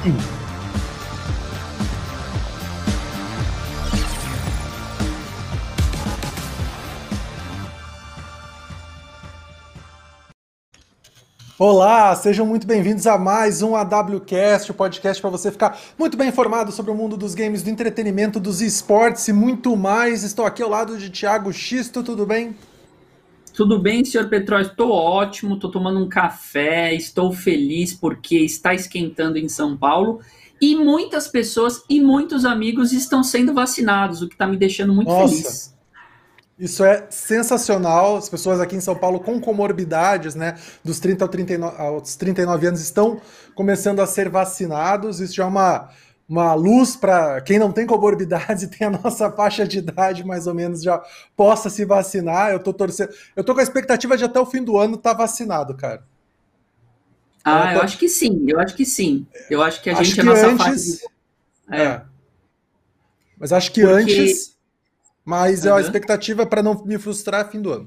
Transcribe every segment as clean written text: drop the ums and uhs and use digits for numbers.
Olá, sejam muito bem-vindos a mais um AWCast, o podcast para você ficar muito bem informado sobre o mundo dos games, do entretenimento, dos esportes e muito mais. Estou aqui ao lado de Thiago Xisto, tudo bem? Tudo bem, senhor Petróleo? Estou ótimo, estou tomando um café, estou feliz porque está esquentando em São Paulo e muitas pessoas e muitos amigos estão sendo vacinados, o que está me deixando muito Nossa, feliz. isso é sensacional. As pessoas aqui em São Paulo com comorbidades, né, dos 30 aos 39 anos estão começando a ser vacinados. Isso já é uma luz para quem não tem comorbidades e tem a nossa faixa de idade, mais ou menos, já possa se vacinar. Eu tô torcendo. Eu tô com a expectativa de até o fim do ano estar vacinado, cara. Então eu Ah, eu tô. acho que sim, eu acho que sim. Eu acho que a Acho gente, a que nossa faixa de... antes. É, É, mas acho que porque... antes. Mas a Aham. expectativa é para não me frustrar é fim do ano.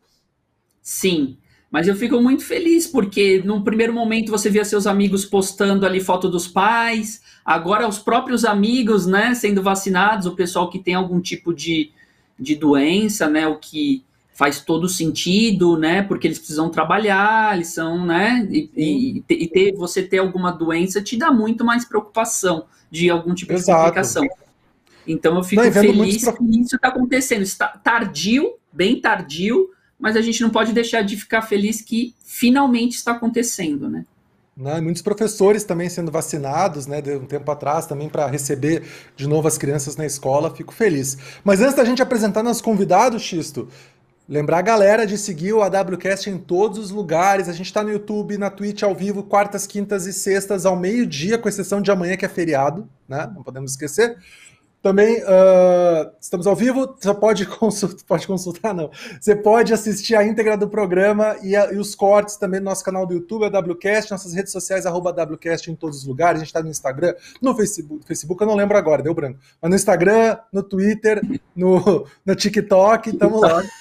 Sim, mas eu fico muito feliz porque num primeiro momento você via seus amigos postando ali foto dos pais, agora os próprios amigos, né, sendo vacinados, o pessoal que tem algum tipo de doença, né, o que faz todo sentido, né, porque eles precisam trabalhar, eles são, né, Sim, você ter alguma doença te dá muito mais preocupação de algum tipo de exato. complicação. Então eu Não, fico e vendo feliz que isso está acontecendo. Está tardio, bem tardio, mas a gente não pode deixar de ficar feliz que finalmente está acontecendo, né? né, muitos professores também sendo vacinados, né, de um tempo atrás, também para receber de novo as crianças na escola, fico feliz. Mas antes da gente apresentar nossos convidados, Xisto, lembrar a galera de seguir o AWCast em todos os lugares. A gente está no YouTube, na Twitch ao vivo, quartas, quintas e sextas ao meio-dia, com exceção de amanhã que é feriado, né? Não podemos esquecer. Também estamos ao vivo, você pode consultar, não. Você pode assistir a íntegra do programa e os cortes também no nosso canal do YouTube, a WCast, nossas redes sociais, @WCast em todos os lugares. A gente está no Instagram, no Facebook eu não lembro agora, deu branco. Mas no Instagram, no Twitter, no TikTok, estamos lá. TikTok.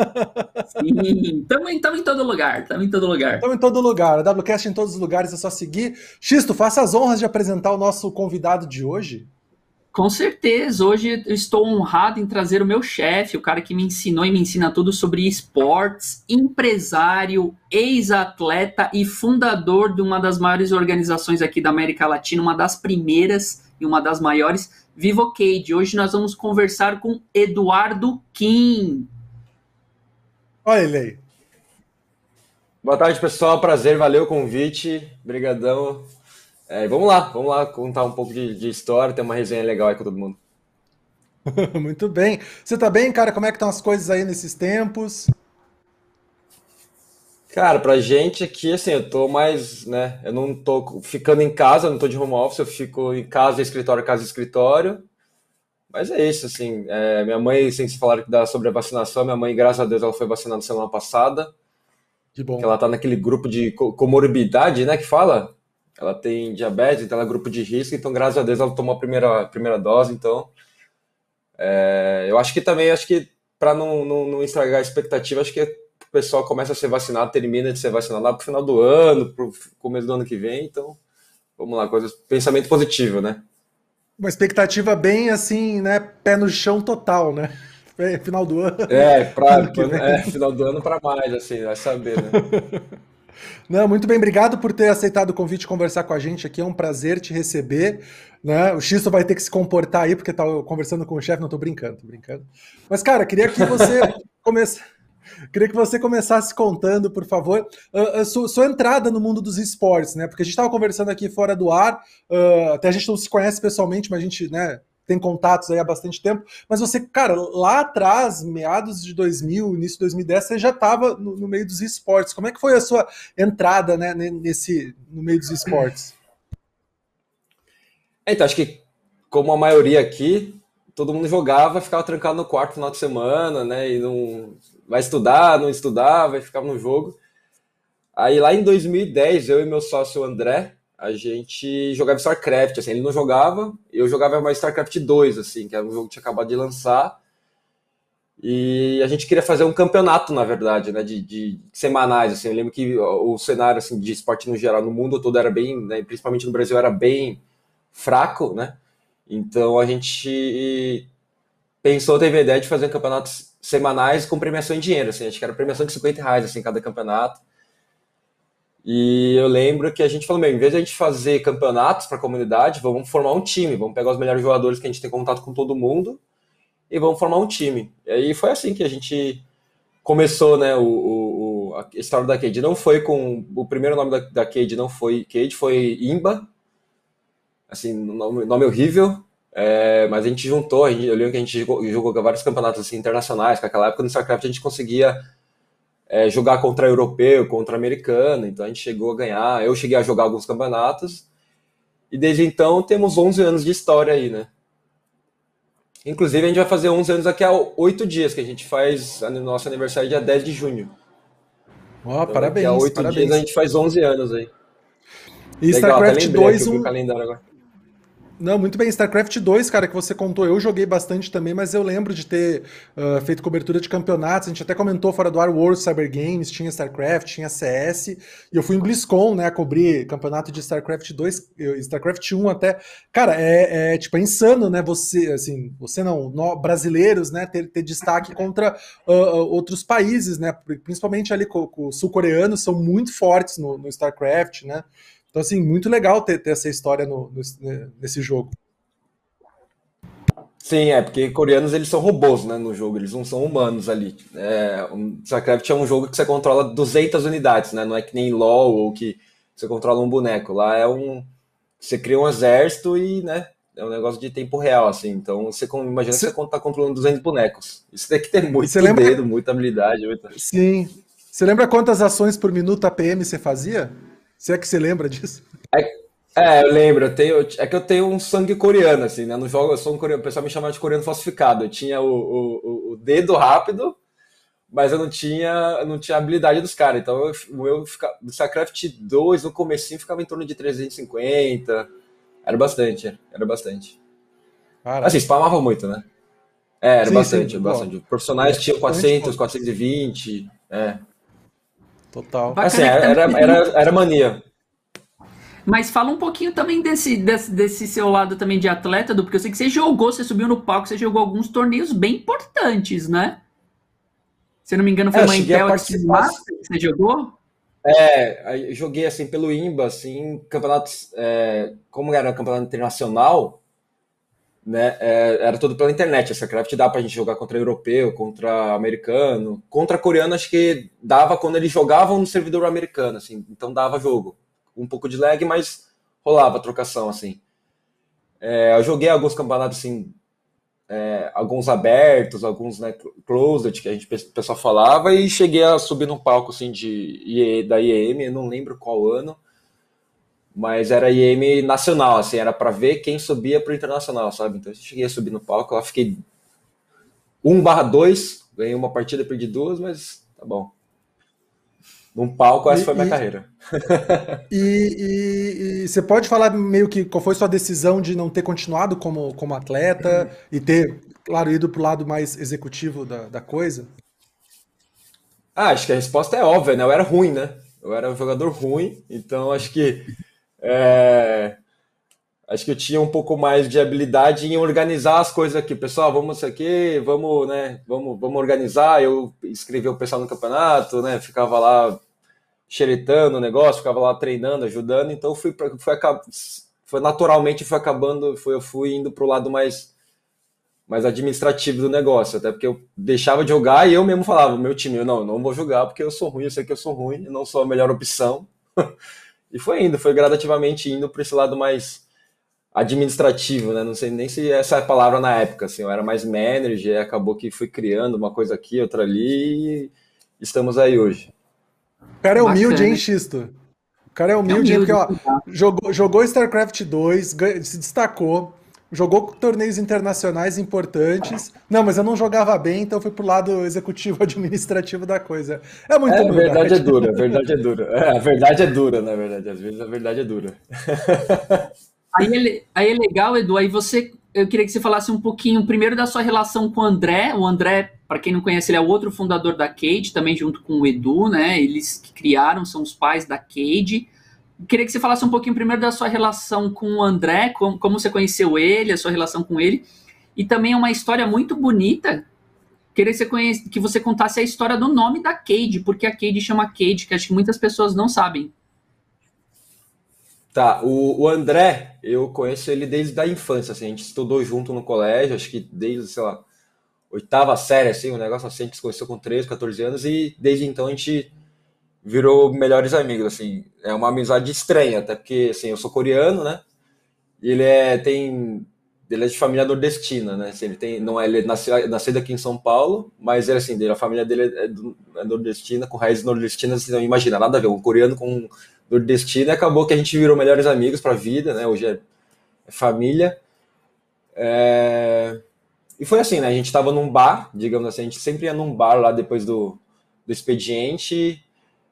Sim, estamos em todo lugar, estamos em todo lugar. Estamos em todo lugar, a WCast em todos os lugares, é só seguir. Xisto, faça as honras de apresentar o nosso convidado de hoje. Com certeza, hoje eu estou honrado em trazer o meu chefe, o cara que me ensinou e me ensina tudo sobre esportes, empresário, ex-atleta e fundador de uma das maiores organizações aqui da América Latina, uma das primeiras e uma das maiores, Vivocade. Hoje nós vamos conversar com Eduardo Kim. Olha ele aí. Boa tarde, pessoal. Prazer, valeu o convite. Obrigadão. Vamos lá contar um pouco de história, ter uma resenha legal aí com todo mundo. Muito bem. Você tá bem, cara? Como é que estão as coisas aí nesses tempos? Cara, pra gente aqui, assim, eu tô mais, né? Eu não tô ficando em casa, eu não tô de home office, eu fico em casa, escritório. Mas é isso, assim. Minha mãe, assim, se falaram que dá sobre a vacinação, minha mãe, graças a Deus, ela foi vacinada semana passada, Que que bom. ela tá naquele grupo de comorbidade, né, que fala. Ela tem diabetes, então ela é grupo de risco, então graças a Deus ela tomou a primeira dose, então. Eu acho que também, para não estragar a expectativa, acho que o pessoal começa a ser vacinado, termina de ser vacinado lá pro final do ano, pro começo do ano que vem, então vamos lá, pensamento positivo, né? Uma expectativa bem assim, né? Pé no chão total, né? Final do ano, ano que vem. Final do ano para mais, assim, vai saber, né? Não, muito bem, obrigado por ter aceitado o convite de conversar com a gente aqui. É um prazer te receber. Né? O Xisto vai ter que se comportar aí, porque tá conversando com o chefe, não tô brincando, tô brincando. Mas, cara, comece... queria que você começasse contando, por favor, sua entrada no mundo dos esportes, né? Porque a gente estava conversando aqui fora do ar, até a gente não se conhece pessoalmente, mas a gente, né, tem contatos aí há bastante tempo. Mas você, cara, lá atrás, meados de 2000, início de 2010, você já estava no meio dos esportes. Como é que foi a sua entrada, né, no meio dos esportes? Então, acho que como a maioria aqui, todo mundo jogava, ficava trancado no quarto no final de semana, né? E não vai estudar, não estudava, e ficava no jogo. Aí lá em 2010, eu e meu sócio André, a gente jogava StarCraft, assim, ele não jogava, eu jogava mais StarCraft 2, assim, que era um jogo que tinha acabado de lançar. E a gente queria fazer um campeonato, na verdade, né, de semanais, assim. Eu lembro que o cenário, assim, de esporte no geral, no mundo todo era bem, né, principalmente no Brasil, era bem fraco, né? Então a gente pensou, teve a ideia de fazer campeonatos semanais com premiação em dinheiro, assim. Acho que era premiação de R$ 50, assim, cada campeonato. E eu lembro que a gente falou, meu, em vez de a gente fazer campeonatos para a comunidade, vamos formar um time, vamos pegar os melhores jogadores que a gente tem contato com todo mundo e vamos formar um time. E aí foi assim que a gente começou, né, a história da Cade. Não foi com... O primeiro nome da Cade não foi Cade, foi Imba. Assim, nome horrível. Mas a gente juntou, eu lembro que a gente jogou vários campeonatos assim, internacionais, que naquela época no StarCraft a gente conseguia jogar contra europeu, contra americano, então a gente chegou a ganhar, eu cheguei a jogar alguns campeonatos, e desde então temos 11 anos de história aí, né? Inclusive a gente vai fazer 11 anos daqui a 8 dias, que a gente faz no nosso aniversário dia 10 de junho. Ó, Então daqui a parabéns, 8 dias a gente faz 11 anos aí. E Legal, até StarCraft lembrei 2, aqui, eu vi o calendário agora. Não, muito bem. StarCraft 2, cara, que você contou, eu joguei bastante também, mas eu lembro de ter feito cobertura de campeonatos. A gente até comentou fora do ar World Cyber Games, tinha StarCraft, tinha CS, e eu fui em BlizzCon, né, a cobrir campeonato de StarCraft 2, StarCraft 1 até. Cara, tipo, é insano, né, você não, brasileiros, né, ter destaque contra outros países, né, principalmente ali com os sul-coreanos, são muito fortes no StarCraft, né. Então, assim, muito legal ter essa história nesse jogo. Sim, porque coreanos eles são robôs, né, no jogo, eles não são humanos ali. O StarCraft é um jogo que você controla 200 unidades, né, não é que nem LoL ou que você controla um boneco. Lá você cria um exército e, né, é um negócio de tempo real, assim. Então, imagina que você tá controlando 200 bonecos. Isso tem que ter muito dedo, muita habilidade. Sim. Você lembra quantas ações por minuto a PM você fazia? Se é que você lembra disso? Eu lembro, é que eu tenho um sangue coreano, assim, né? No jogo eu sou um coreano, o pessoal me chamava de coreano falsificado. Eu tinha o dedo rápido, mas eu não tinha a habilidade dos caras. Então no StarCraft 2, no comecinho, ficava em torno de 350. Era bastante. Caraca. Assim, spamava muito, né? Era sim, bastante. Profissionais tinham bastante, 400, 420. Total. Assim, era mania. Mas fala um pouquinho também desse seu lado também de atleta, porque eu sei que você subiu no palco, você jogou alguns torneios bem importantes, né? Se eu não me engano, foi uma Intel X-Master que você jogou? Eu joguei assim pelo IMBA, assim, campeonatos, como era um campeonato internacional, né, era tudo pela internet. A StarCraft dá pra gente jogar contra europeu, contra americano, contra coreano acho que dava quando eles jogavam no servidor americano, assim, então dava jogo. Um pouco de lag, mas rolava trocação, assim. Eu joguei alguns campeonatos, assim, alguns abertos, alguns, né, closed, que o pessoal falava, e cheguei a subir num palco, assim, da IEM, eu não lembro qual ano, mas era IEM nacional, assim, era para ver quem subia pro internacional, sabe? Então eu cheguei a subir no palco, lá fiquei 1/2, ganhei uma partida, perdi 2, mas tá bom. Num palco, essa foi a minha carreira. E você pode falar meio que qual foi sua decisão de não ter continuado como atleta e ter, claro, ido pro lado mais executivo da coisa? Acho que a resposta é óbvia, né? Eu era ruim, né? Eu era um jogador ruim, então acho que eu tinha um pouco mais de habilidade em organizar as coisas aqui. Pessoal, vamos aqui, vamos, né? Vamos organizar. Eu escrevia o pessoal no campeonato, né? Ficava lá xeretando o negócio, ficava lá treinando, ajudando. Então naturalmente eu fui indo pro lado mais administrativo do negócio, até porque eu deixava de jogar e eu mesmo falava, meu time, eu não vou jogar porque eu sou ruim, eu sei que eu sou ruim, eu não sou a melhor opção. E foi gradativamente indo para esse lado mais administrativo, né? Não sei nem se essa é a palavra na época, assim, eu era mais manager, acabou que fui criando uma coisa aqui, outra ali, e estamos aí hoje. O cara é humilde, hein, Xisto? O cara é humilde, porque ó, jogou StarCraft 2, se destacou, jogou torneios internacionais importantes. Não, mas eu não jogava bem, então fui pro lado executivo administrativo da coisa. É muito humildade. A verdade é dura, a verdade é dura. A verdade é dura, na verdade. Às vezes a verdade é dura. Aí é legal, Edu, eu queria que você falasse um pouquinho primeiro da sua relação com o André. O André, Para quem não conhece, ele é o outro fundador da Cade, também junto com o Edu, né? Eles que criaram, são os pais da Cade. Queria que você falasse um pouquinho primeiro da sua relação com o André, como você conheceu ele, a sua relação com ele, e também uma história muito bonita. Queria que você contasse a história do nome da Cade, porque a Cade chama Cade, que acho que muitas pessoas não sabem. Tá, o André, eu conheço ele desde a infância, assim, a gente estudou junto no colégio, acho que desde, sei lá, oitava série, assim, um negócio assim, a gente se conheceu com 13, 14 anos, e desde então a gente virou melhores amigos, assim, é uma amizade estranha, até porque, assim, eu sou coreano, né, e ele é de família nordestina, né, assim, ele é nascido aqui em São Paulo, mas ele, assim, a família dele é nordestina, com raízes nordestinas, assim, não imagina, nada a ver, um coreano com nordestino, e acabou que a gente virou melhores amigos pra vida, né, hoje é família, e foi assim, né, a gente tava num bar, digamos assim, a gente sempre ia num bar lá depois do expediente.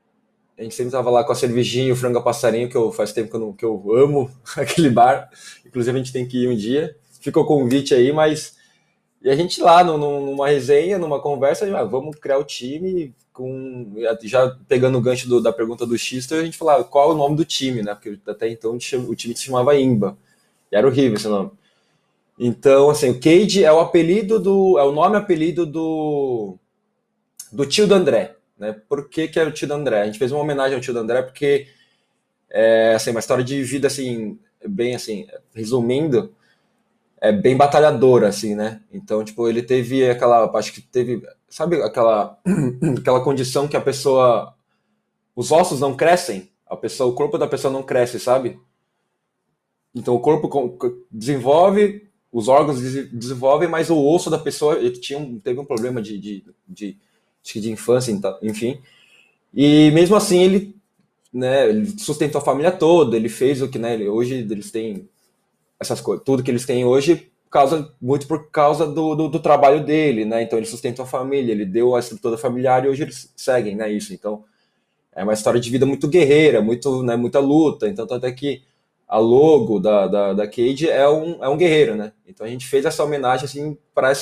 A gente sempre tava lá com a cervejinha e o frango a passarinho, faz tempo que eu amo aquele bar. Inclusive a gente tem que ir um dia. Ficou o convite aí, mas... E a gente lá, numa resenha, numa conversa, vamos criar o time, já pegando o gancho da pergunta do Xisto, a gente falava qual é o nome do time, né? Porque até então o time se chamava Imba. E era horrível esse nome. Então, assim, o Cade é o nome apelido do tio do André. Né? Por que é o tio do André? A gente fez uma homenagem ao tio do André porque é assim, uma história de vida assim, bem assim, resumindo, é bem batalhadora assim, né? Então, tipo, ele teve acho que teve, sabe aquela aquela condição que a pessoa, os ossos não crescem, o corpo da pessoa não cresce, sabe? Então o corpo desenvolve, os órgãos desenvolvem, mas o osso da pessoa teve um problema de infância, enfim. E mesmo assim ele sustentou a família toda, ele fez o que, né, hoje eles têm essas coisas, tudo que eles têm hoje, muito por causa do trabalho dele, né? Então ele sustentou a família, ele deu a estrutura familiar e hoje eles seguem, né, isso. Então é uma história de vida muito guerreira, né, muita luta. Então até que a logo da Cade é um guerreiro, né? Então a gente fez essa homenagem assim para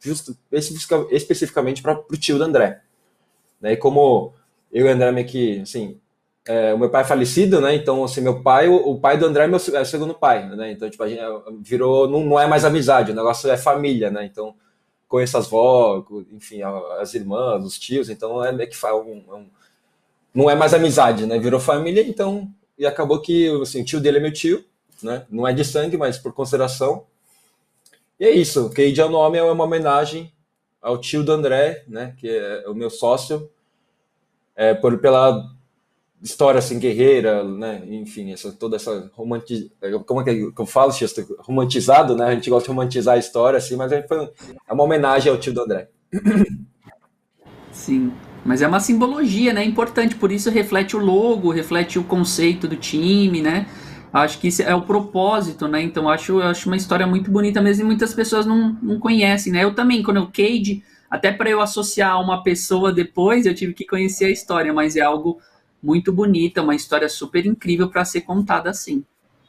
especificamente para o tio do André. Né? E como eu e o André meio que, assim, o meu pai é falecido, né? Então, assim, o pai do André é meu segundo pai, né? Então, tipo, a gente virou, não é mais amizade, o negócio é família, né? Então, conheço as vó, enfim, as irmãs, os tios, então é meio que não é mais amizade, né? Virou família, então, e acabou que, assim, o tio dele é meu tio, né? Não é de sangue, mas por consideração. E é isso, Cade é o nome, é uma homenagem ao tio do André, né? Que é o meu sócio, pela história assim guerreira, né? Enfim, toda essa como é que eu falo, Xisto? Romantizado, né? A gente gosta de romantizar a história assim, mas é uma homenagem ao tio do André. Sim, mas é uma simbologia, né? Importante, por isso reflete o logo, reflete o conceito do time, né? Acho que isso é o propósito, né? Então eu acho uma história muito bonita mesmo e muitas pessoas não conhecem, né? Eu também, quando eu Cade, até para eu associar a uma pessoa depois, eu tive que conhecer a história, mas é algo muito bonito, uma história super incrível para ser contada assim.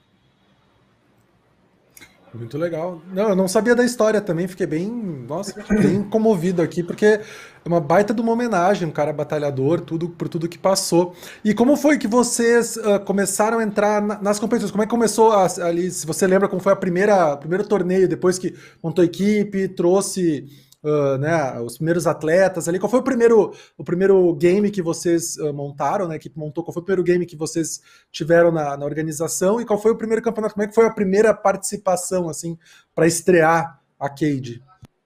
Muito legal. Não, eu não sabia da história também, fiquei bem comovido aqui, porque é uma baita de uma homenagem, um cara batalhador, por tudo que passou. E como foi que vocês começaram a entrar nas competições? Como é que começou ali, se você lembra como foi o primeiro torneio, depois que montou a equipe, trouxe né, os primeiros atletas ali, qual foi o primeiro game que vocês montaram, né, que montou, qual foi o primeiro game que vocês tiveram na organização e qual foi o primeiro campeonato, como é que foi a primeira participação, assim, para estrear a Cade?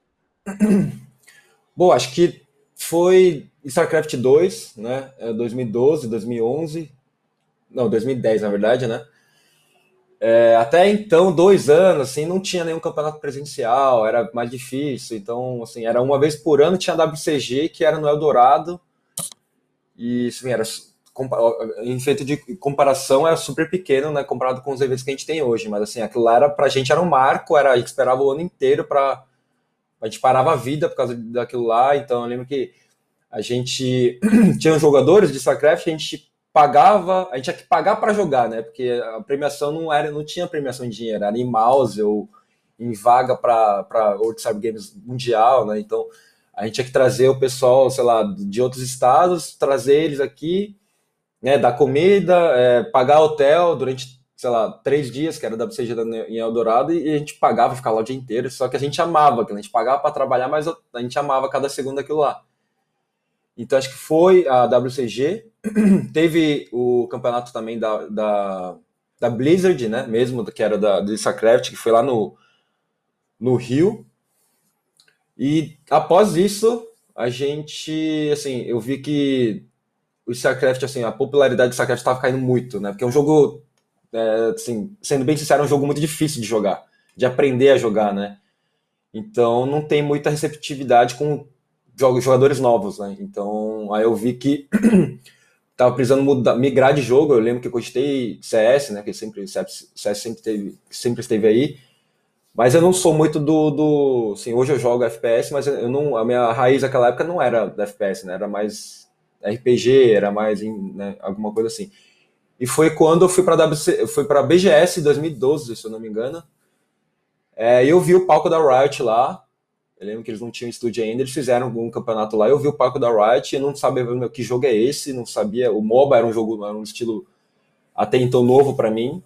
Bom, acho que foi StarCraft 2, né, 2012, 2011, não, 2010 na verdade, né, até então, 2 anos, assim, não tinha nenhum campeonato presencial, era mais difícil. Então, assim, era uma vez por ano, tinha a WCG, que era no Eldorado, e, assim, em feito de comparação, era super pequeno, né, comparado com os eventos que a gente tem hoje. Mas, assim, aquilo lá pra gente era um marco, a gente esperava o ano inteiro a gente parava a vida por causa daquilo lá. Então, eu lembro que a gente tinha jogadores de StarCraft, a gente tinha que pagar para jogar, né? Porque a premiação não tinha premiação em dinheiro, era em mouse ou em vaga para World Cyber Games Mundial, né? Então A gente tinha que trazer o pessoal, sei lá, de outros estados, trazer eles aqui, né, dar comida, pagar hotel durante, sei lá, 3 dias, que era da WCG em Eldorado, e a gente pagava, ficava lá o dia inteiro, só que a gente amava aquilo, a gente pagava para trabalhar, mas a gente amava cada segundo daquilo lá. Então acho que foi a WCG, teve o campeonato também da Blizzard, né, mesmo, que era da StarCraft, que foi lá no Rio, e após isso, a gente, assim, eu vi que o StarCraft, assim, a popularidade do StarCraft estava caindo muito, né? Porque é um jogo, assim, sendo bem sincero, é um jogo muito difícil de jogar, de aprender a jogar, né? Então não tem muita receptividade com jogadores novos, né? Então aí eu vi que tava precisando migrar de jogo. Eu lembro que eu gostei CS, né? Que CS sempre esteve aí. Mas eu não sou muito assim, hoje eu jogo FPS, mas eu não, a minha raiz naquela época não era da FPS, né? Era mais RPG, era mais, né, alguma coisa assim. E foi quando eu fui para BGS em 2012, se eu não me engano. E eu vi o palco da Riot lá. Eu lembro que eles não tinham estúdio ainda, eles fizeram um campeonato lá. Eu vi o palco da Riot e não sabia que jogo é esse, não sabia. O MOBA era um estilo até então novo para mim.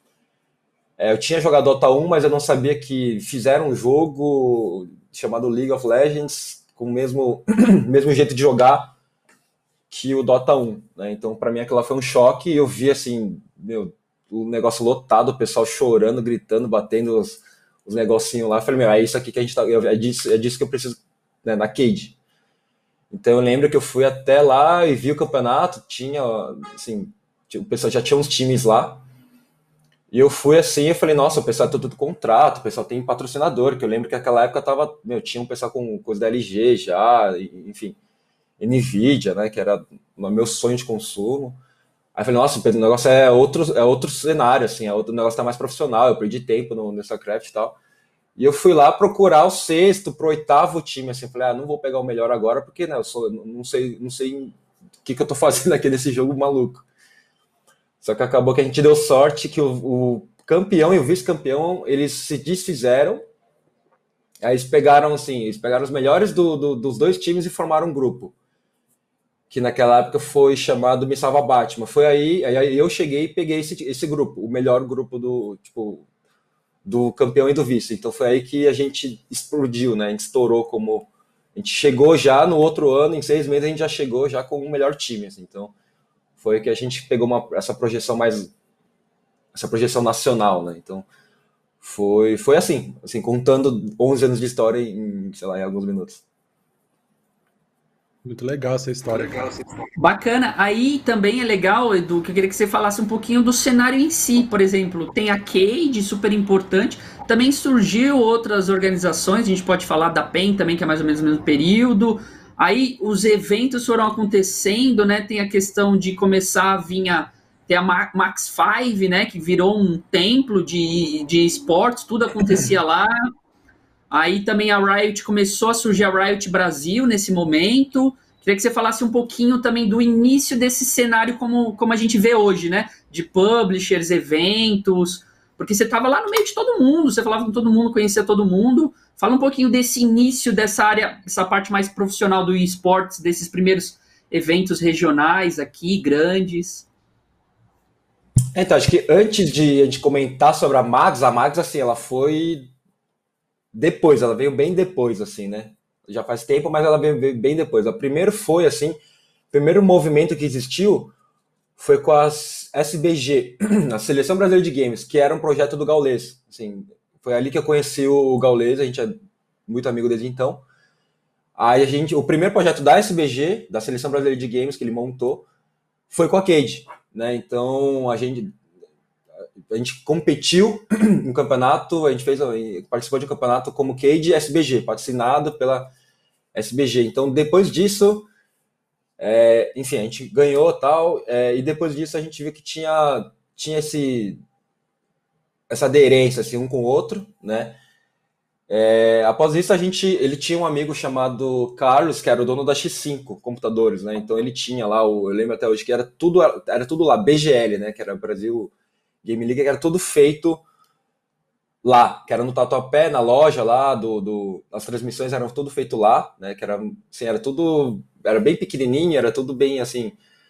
Eu tinha jogado Dota 1, mas eu não sabia que fizeram um jogo chamado League of Legends com o mesmo jeito de jogar que o Dota 1, né? Então, para mim, aquilo lá foi um choque. E eu vi, assim, o negócio lotado, o pessoal chorando, gritando, batendo os negocinhos lá. Eu falei, é isso aqui que a gente tá... É disso que eu preciso, né, na Cade. Então, eu lembro que eu fui até lá e vi o campeonato. Tinha, assim, o pessoal já tinha uns times lá. E eu fui assim, eu falei, nossa, o pessoal tá tudo contrato, o pessoal tem patrocinador, que eu lembro que naquela época tinha um pessoal com coisa da LG já, enfim, Nvidia, né, que era o meu sonho de consumo. Aí eu falei, nossa, o negócio é outro cenário, assim, o negócio tá mais profissional, eu perdi tempo no StarCraft e tal. E eu fui lá procurar o 6º pro 8º time, assim, falei, não vou pegar o melhor agora, porque, né, não sei o que eu tô fazendo aqui nesse jogo maluco. Só que acabou que a gente deu sorte que o campeão e o vice-campeão, eles se desfizeram. Aí eles pegaram os melhores dos dois times e formaram um grupo. Que naquela época foi chamado Me Salva Batman. Foi aí eu cheguei e peguei esse grupo, o melhor grupo do campeão e do vice. Então foi aí que a gente explodiu, né? A gente estourou como... A gente chegou já no outro ano, em 6 meses a gente já chegou já com o melhor time, assim. Então foi que a gente pegou essa projeção nacional, né? Então foi assim, contando 11 anos de história sei lá, em alguns minutos. Muito legal essa história. Bacana. Aí também é legal, Edu, que eu queria que você falasse um pouquinho do cenário em si. Por exemplo, tem a Cade, super importante. Também surgiu outras organizações, a gente pode falar da PEN também, que é mais ou menos o mesmo período. Aí os eventos foram acontecendo, né? Tem a questão de começar a vir ter a Max 5, né? Que virou um templo de esportes, tudo acontecia lá. Aí também a Riot começou a surgir, a Riot Brasil nesse momento. Queria que você falasse um pouquinho também do início desse cenário como a gente vê hoje, né? De publishers, eventos, porque você estava lá no meio de todo mundo, você falava com todo mundo, conhecia todo mundo. Fala um pouquinho desse início dessa área, essa parte mais profissional do esportes, desses primeiros eventos regionais aqui, grandes. Então, acho que antes de a gente comentar sobre a Mags, assim, ela foi depois, ela veio bem depois, assim, né? Já faz tempo, mas ela veio bem depois. O primeiro movimento que existiu foi com a SBG, a Seleção Brasileira de Games, que era um projeto do Gaules. Assim, foi ali que eu conheci o Gaules, a gente é muito amigo desde então. Aí o primeiro projeto da SBG, da Seleção Brasileira de Games, que ele montou, foi com a Cade, né? Então a gente competiu no campeonato, a gente participou de um campeonato como Cade SBG, patrocinado pela SBG. Então depois disso, enfim, a gente ganhou tal, e depois disso a gente viu que tinha essa aderência assim, um com o outro, né? Após isso ele tinha um amigo chamado Carlos, que era o dono da X5 computadores, né? Então ele tinha lá, eu lembro até hoje que era tudo lá, BGL, né? Que era Brasil Game League, que era tudo feito lá, que era no Tatuapé, na loja lá, as transmissões eram tudo feito lá, né, que era, assim, era tudo, era bem pequenininho, era tudo bem, assim,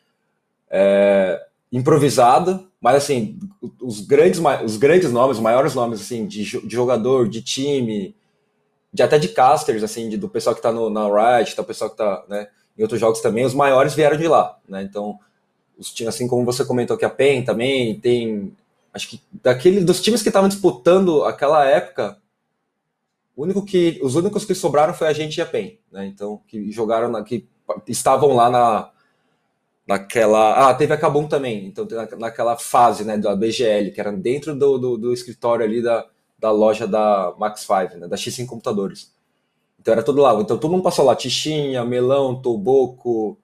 improvisado, mas, assim, os grandes nomes, os maiores nomes, assim, de jogador, de time, até de casters, assim, do pessoal que tá na Riot, do pessoal que tá, né, em outros jogos também, os maiores vieram de lá, né, então, assim como você comentou que a PEN também tem, acho que dos times que estavam disputando aquela época, os únicos que sobraram foi a gente e a PEN, né, então, que jogaram, que estavam lá naquela, teve a Kabum também, então naquela fase, né, da BGL, que era dentro do escritório ali da loja da Max 5, né, da X5 Computadores. Então era tudo lá. Então todo mundo passou lá. Tichinha, Melão, Toboco,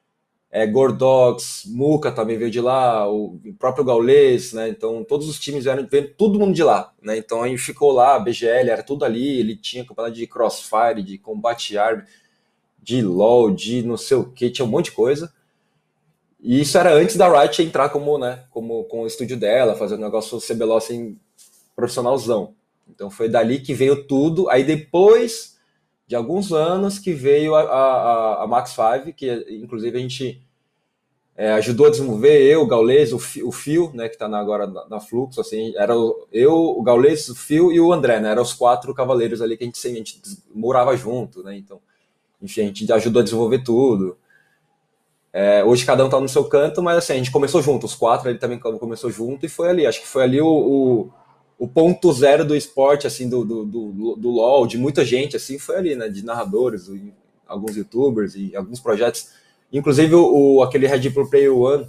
Gordox, Muca também veio de lá, o próprio Gaules, né? Então todos os times veio todo mundo de lá, né? Então aí ficou lá, a BGL, era tudo ali. Ele tinha campeonato de Crossfire, de Combat Arm, de LoL, de não sei o que, tinha um monte de coisa. E isso era antes da Riot entrar com o estúdio dela, fazer um negócio CBLOL assim, profissionalzão. Então foi dali que veio tudo. Aí depois de alguns anos que veio a Max 5, que inclusive a gente ajudou a desenvolver, eu, o Gaules, o Phil, né, que está agora na Fluxo, assim, era eu, o Gaules, o Phil e o André, né, eram os 4 cavaleiros ali que a gente morava junto, né, então, enfim, a gente ajudou a desenvolver tudo. Hoje cada um tá no seu canto, mas assim, a gente começou junto, os 4 ele também começou junto e foi ali, acho que foi ali o ponto zero do esporte, assim, do LoL, de muita gente, assim, foi ali, né, de narradores, alguns youtubers e alguns projetos, inclusive aquele Red Bull Player One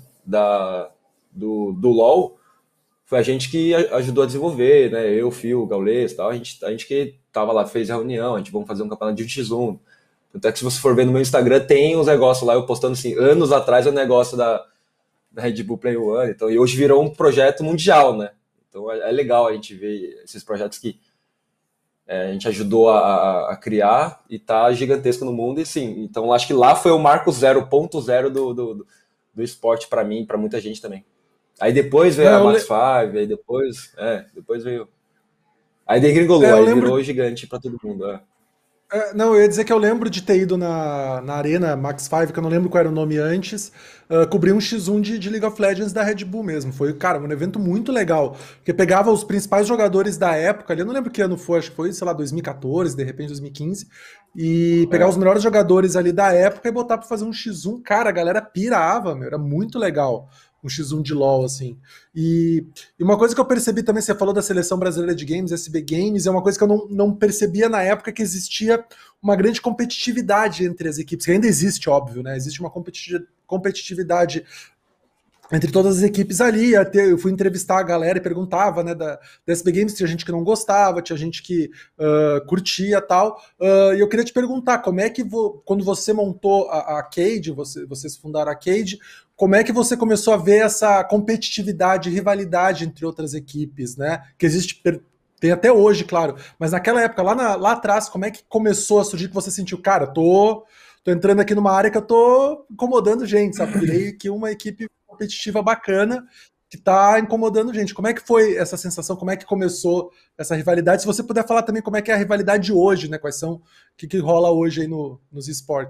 do LoL, foi a gente que ajudou a desenvolver, né, eu, Phil, Gaules, tal, a gente que tava lá, fez a reunião, a gente vamos fazer um campeonato de 1x1, até que se você for ver no meu Instagram, tem uns negócios lá, eu postando assim, anos atrás o negócio da Red Bull Player One, então, e hoje virou um projeto mundial, né? Então é legal a gente ver esses projetos que a gente ajudou a criar e tá gigantesco no mundo, e sim, então acho que lá foi o marco 0.0 do esporte para mim, para muita gente também. Aí depois veio a Max 5, aí depois veio. Aí degringolou, aí virou gigante para todo mundo. Não, eu ia dizer que eu lembro de ter ido na Arena Max 5, que eu não lembro qual era o nome antes, cobrir um X1 de League of Legends da Red Bull mesmo. Foi, cara, um evento muito legal, porque pegava os principais jogadores da época ali, eu não lembro que ano foi, acho que foi, sei lá, 2014, de repente 2015, e pegar os melhores jogadores ali da época e botar pra fazer um X1, cara, a galera pirava, meu, era muito legal. Um X1 de LoL, assim. E uma coisa que eu percebi também, você falou da Seleção Brasileira de Games, SB Games, é uma coisa que eu não percebia na época, que existia uma grande competitividade entre as equipes, que ainda existe, óbvio, né? Existe uma competitividade entre todas as equipes ali. Eu fui entrevistar a galera e perguntava, né, da SB Games, tinha gente que não gostava, tinha gente que curtia e tal. E eu queria te perguntar, como é que, quando você montou a Cade, vocês fundaram a Cade, como é que você começou a ver essa competitividade e rivalidade entre outras equipes, né? Que existe, tem até hoje, claro, mas naquela época, lá atrás, como é que começou a surgir, que você sentiu, cara, tô entrando aqui numa área que eu tô incomodando gente, sabe? Virei aqui uma equipe competitiva bacana que tá incomodando gente. Como é que foi essa sensação? Como é que começou essa rivalidade? Se você puder falar também como é que é a rivalidade de hoje, né? Quais são, o que rola hoje aí nos esportes?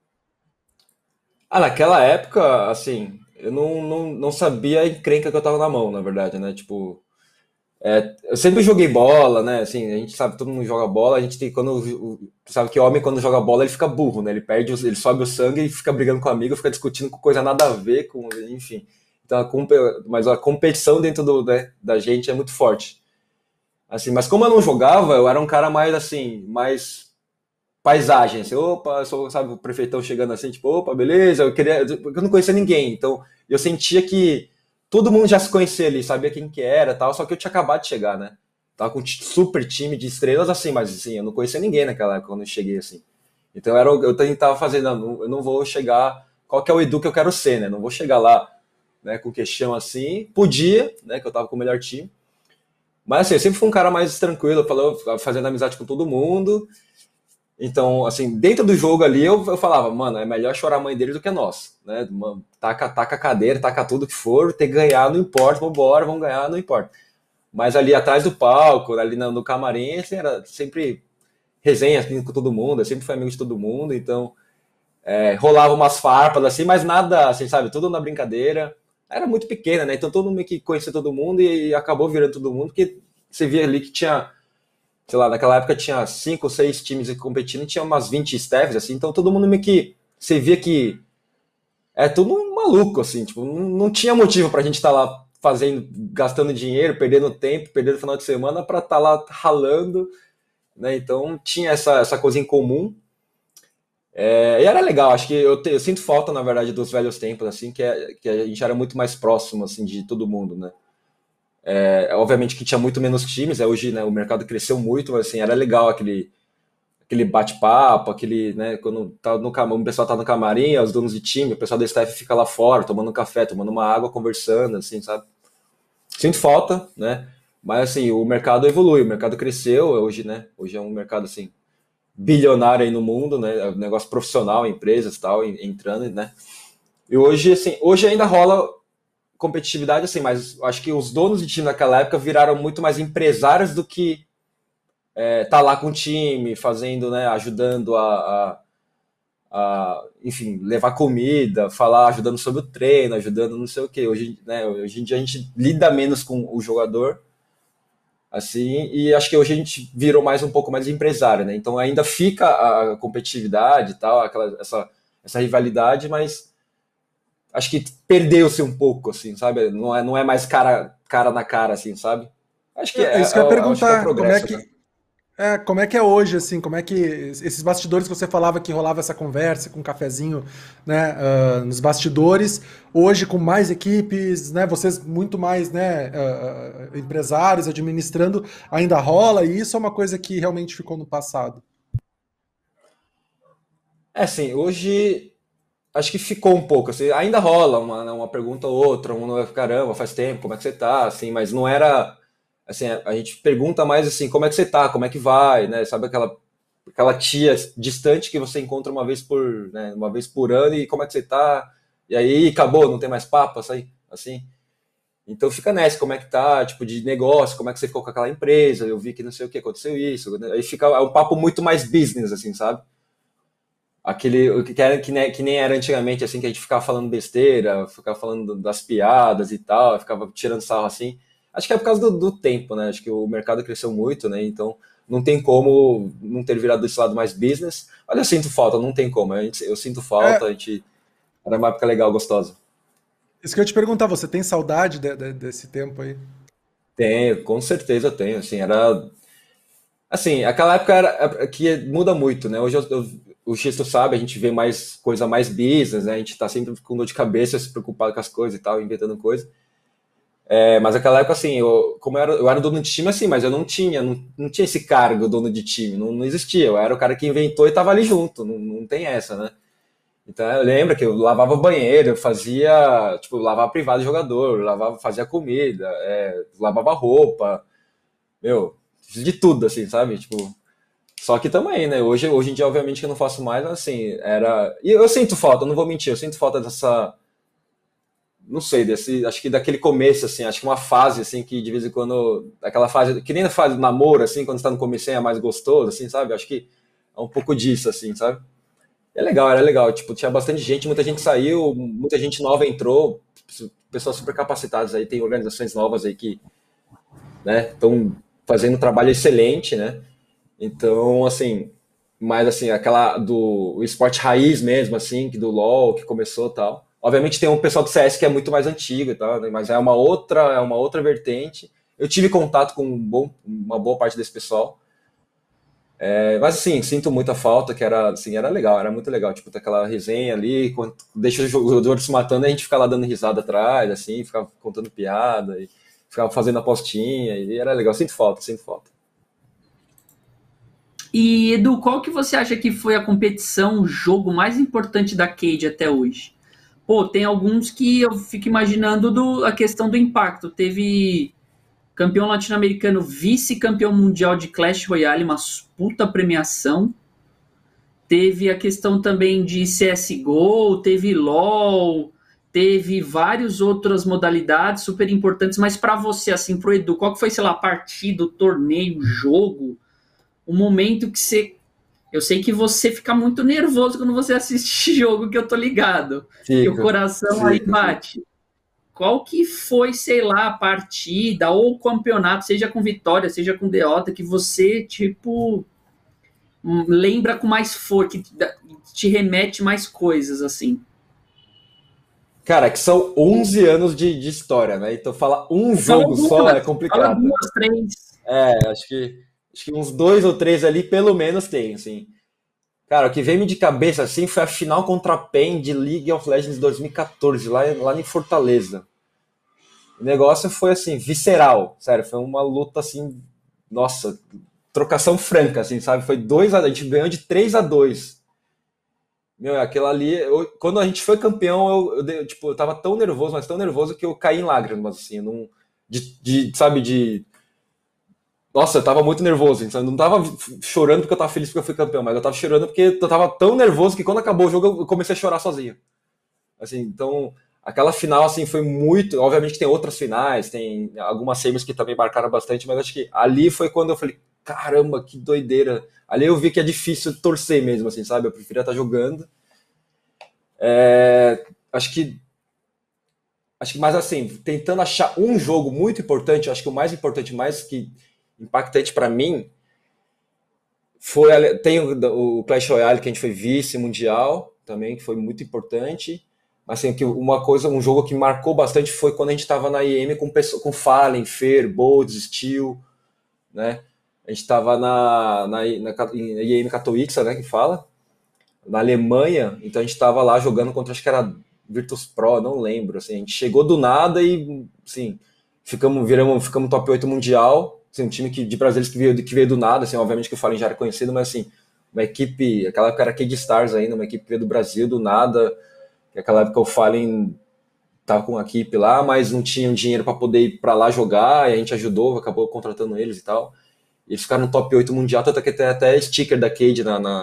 Naquela época, assim, eu não sabia a encrenca que eu tava na mão, na verdade, né? Tipo, eu sempre joguei bola, né? Assim, a gente sabe, todo mundo joga bola, a gente tem, sabe que homem quando joga bola ele fica burro, né? Ele sobe o sangue e fica brigando com o amigo, fica discutindo com coisa nada a ver, enfim. Então, mas a competição dentro da gente é muito forte. Assim, mas como eu não jogava, eu era um cara mais assim, mais paisagem, assim, opa, eu sou, sabe, o prefeitão chegando assim, tipo, opa, beleza, porque eu não conhecia ninguém, então eu sentia que todo mundo já se conhecia ali, sabia quem que era e tal, só que eu tinha acabado de chegar, né? Tava com um super time de estrelas assim, mas assim, eu não conhecia ninguém naquela época quando eu cheguei assim. Então eu tentava fazer, não, eu não vou chegar, qual que é o Edu que eu quero ser, né? Não vou chegar lá, né, com queixão assim, podia, né, que eu tava com o melhor time. Mas assim, eu sempre fui um cara mais tranquilo, fazendo amizade com todo mundo. Então, assim, dentro do jogo ali, eu falava, mano, é melhor chorar a mãe deles do que nós, né? Taca a cadeira, taca tudo que for, ter que ganhar, não importa, vambora, vamos ganhar, não importa. Mas ali atrás do palco, ali no camarim, assim, era sempre resenha assim, com todo mundo, eu sempre fui amigo de todo mundo, então rolava umas farpas assim, mas nada, assim, sabe, tudo na brincadeira. Era muito pequena, né? Então todo mundo meio que conhecia todo mundo e acabou virando todo mundo, porque você via ali que tinha, sei lá, naquela época tinha 5 ou 6 times competindo e tinha umas 20 staffs, assim, então todo mundo meio que, você via que tudo maluco, assim, tipo, não tinha motivo pra gente estar lá fazendo, gastando dinheiro, perdendo tempo, perdendo final de semana pra estar lá ralando, né? Então tinha essa coisa em comum. E era legal, acho que eu sinto falta, na verdade, dos velhos tempos, assim, que a gente era muito mais próximo, assim, de todo mundo, né? Obviamente que tinha muito menos times, hoje, né, o mercado cresceu muito, mas, assim, era legal aquele bate-papo, aquele, né, quando tá o pessoal tá no camarim, os donos de time, o pessoal da staff fica lá fora, tomando um café, tomando uma água, conversando, assim, sabe? Sinto falta, né? Mas, assim, o mercado evolui, o mercado cresceu, hoje, né? Hoje é um mercado, assim, bilionário aí no mundo, né? Negócio profissional, empresas e tal, entrando, né? E hoje, assim, hoje ainda rola competitividade, assim, mas acho que os donos de time naquela época viraram muito mais empresários do que tá lá com o time, fazendo, né? Ajudando enfim, levar comida, falar, ajudando sobre o treino, ajudando não sei o quê. Hoje, né, hoje em dia a gente lida menos com o jogador, assim, e acho que hoje a gente virou mais um pouco mais empresário, né? Então ainda fica a competitividade e tal, essa rivalidade, mas acho que perdeu-se um pouco, assim, sabe? Não é mais cara na cara, assim, sabe? Acho que É isso que eu ia acho que é perguntar, progresso, né? como é que é hoje, assim, como é que esses bastidores que você falava que rolava essa conversa com um cafezinho, né, nos bastidores, hoje com mais equipes, né, vocês muito mais, né, empresários administrando, ainda rola, e isso é uma coisa que realmente ficou no passado. Assim, hoje acho que ficou um pouco, assim, ainda rola uma pergunta ou outra, caramba, faz tempo, como é que você tá, assim, mas não era, assim, a gente pergunta mais assim, como é que você tá, como é que vai, né, sabe aquela tia distante que você encontra uma vez por ano e como é que você tá, e aí acabou, não tem mais papo, assim, então fica nessa, como é que tá, tipo, de negócio, como é que você ficou com aquela empresa, eu vi que não sei o que aconteceu isso, né? Aí fica um papo muito mais business, assim, sabe? Aquele que nem era antigamente, assim, que a gente ficava falando besteira, ficava falando das piadas e tal, ficava tirando sarro assim. Acho que é por causa do tempo, né? Acho que o mercado cresceu muito, né? Então não tem como não ter virado desse lado mais business. Olha, eu sinto falta, não tem como. Eu sinto falta, É, era uma época legal, gostosa. isso que eu ia te perguntar, você tem saudade desse tempo aí? Tenho, com certeza tenho, assim, era. Assim, aquela época era que muda muito, né? Hoje o Xisto sabe, a gente vê mais coisa mais business, né? A gente tá sempre com dor de cabeça, se preocupado com as coisas e tal, inventando coisa. Mas aquela época, assim, eu era dono de time, assim, mas eu não tinha esse cargo, dono de time, não existia. Eu era o cara que inventou e tava ali junto, não tem essa, né? Então eu lembro que eu lavava banheiro, eu fazia, tipo, lavava privado de jogador, fazia comida, lavava roupa, meu, fiz de tudo, assim, sabe? Tipo, só que também, né? Hoje em dia, obviamente, que eu não faço mais, mas assim, era. E eu sinto falta, eu não vou mentir, eu sinto falta dessa. Não sei, acho que daquele começo, assim, acho que uma fase, assim, que de vez em quando. Aquela fase, que nem a fase do namoro, assim, quando você tá no começo é mais gostoso, assim, sabe? Acho que é um pouco disso, assim, sabe? É legal, era legal. Tipo, tinha bastante gente, muita gente saiu, muita gente nova entrou, pessoas super capacitadas aí, tem organizações novas aí que, né, estão fazendo um trabalho excelente, né? Então, assim, mais assim, aquela do o esporte raiz mesmo, assim, que do LoL, que começou e tal. Obviamente tem um pessoal do CS que é muito mais antigo e tal, né, mas é uma outra vertente. Eu tive contato com uma boa parte desse pessoal. Mas assim, sinto muita falta, que era, assim, era legal, era muito legal, tipo, ter aquela resenha ali, quando deixa o jogador se matando, a gente fica lá dando risada atrás, assim, ficava contando piada, e ficava fazendo apostinha, e era legal, sinto falta, sinto falta. E Edu, qual que você acha que foi a competição, o jogo mais importante da Cade até hoje? Pô, tem alguns que eu fico imaginando a questão do impacto. Teve campeão latino-americano, vice-campeão mundial de Clash Royale, uma puta premiação. Teve a questão também de CSGO, teve LoL, teve várias outras modalidades super importantes, mas para você, assim, pro Edu, qual que foi, sei lá, a partida, o torneio, o jogo, o momento que você... Eu sei que você fica muito nervoso quando você assiste jogo, que eu tô ligado, que o coração aí bate. Qual que foi, sei lá, a partida ou o campeonato, seja com vitória, seja com derrota, que você, tipo, lembra com mais força, que te remete mais coisas, assim? Cara, que são 11 anos de história, né? Então falar um jogo só é Fala complicado. duas, três. Acho que uns 2 ou 3 ali pelo menos tem, assim. Cara, o que veio me de cabeça, assim, foi a final contra a PEN de League of Legends 2014, lá em Fortaleza. O negócio foi, assim, visceral, sério. Foi uma luta, assim, nossa, trocação franca, assim, sabe? Foi 2-2, a gente ganhou de 3-2. Meu, aquilo ali, quando a gente foi campeão, tipo, eu tava tão nervoso, mas tão nervoso que eu caí em lágrimas, assim, sabe, nossa, eu tava muito nervoso, então eu não tava chorando porque eu tava feliz porque eu fui campeão, mas eu tava chorando porque eu tava tão nervoso que quando acabou o jogo eu comecei a chorar sozinho. Assim, então, aquela final, assim, foi muito... Obviamente que tem outras finais, tem algumas semis que também marcaram bastante, mas acho que ali foi quando eu falei, caramba, que doideira. Ali eu vi que é difícil torcer mesmo, assim, sabe? Eu preferia estar jogando. Acho que, mas assim, tentando achar um jogo muito importante, acho que o mais importante, mais que impactante para mim, tem o Clash Royale, que a gente foi vice-mundial também, que foi muito importante. Mas assim, um jogo que marcou bastante foi quando a gente estava na IEM com Fallen, Fer, Bolds, Steel, né? A gente estava na IEM Katowice, né, que fala, na Alemanha, então a gente estava lá jogando contra, acho que era Virtus Pro, não lembro, assim, a gente chegou do nada e, assim, ficamos top 8 mundial, assim, um time de brasileiros que veio do nada, assim, obviamente que o Fallen já era conhecido, mas assim, uma equipe, aquela época era Cade Stars ainda, uma equipe que veio do Brasil do nada, naquela época o Fallen tava com uma equipe lá, mas não tinham dinheiro para poder ir para lá jogar, e a gente ajudou, acabou contratando eles e tal. E eles ficaram no top 8 mundial, tanto que tem até sticker da Cade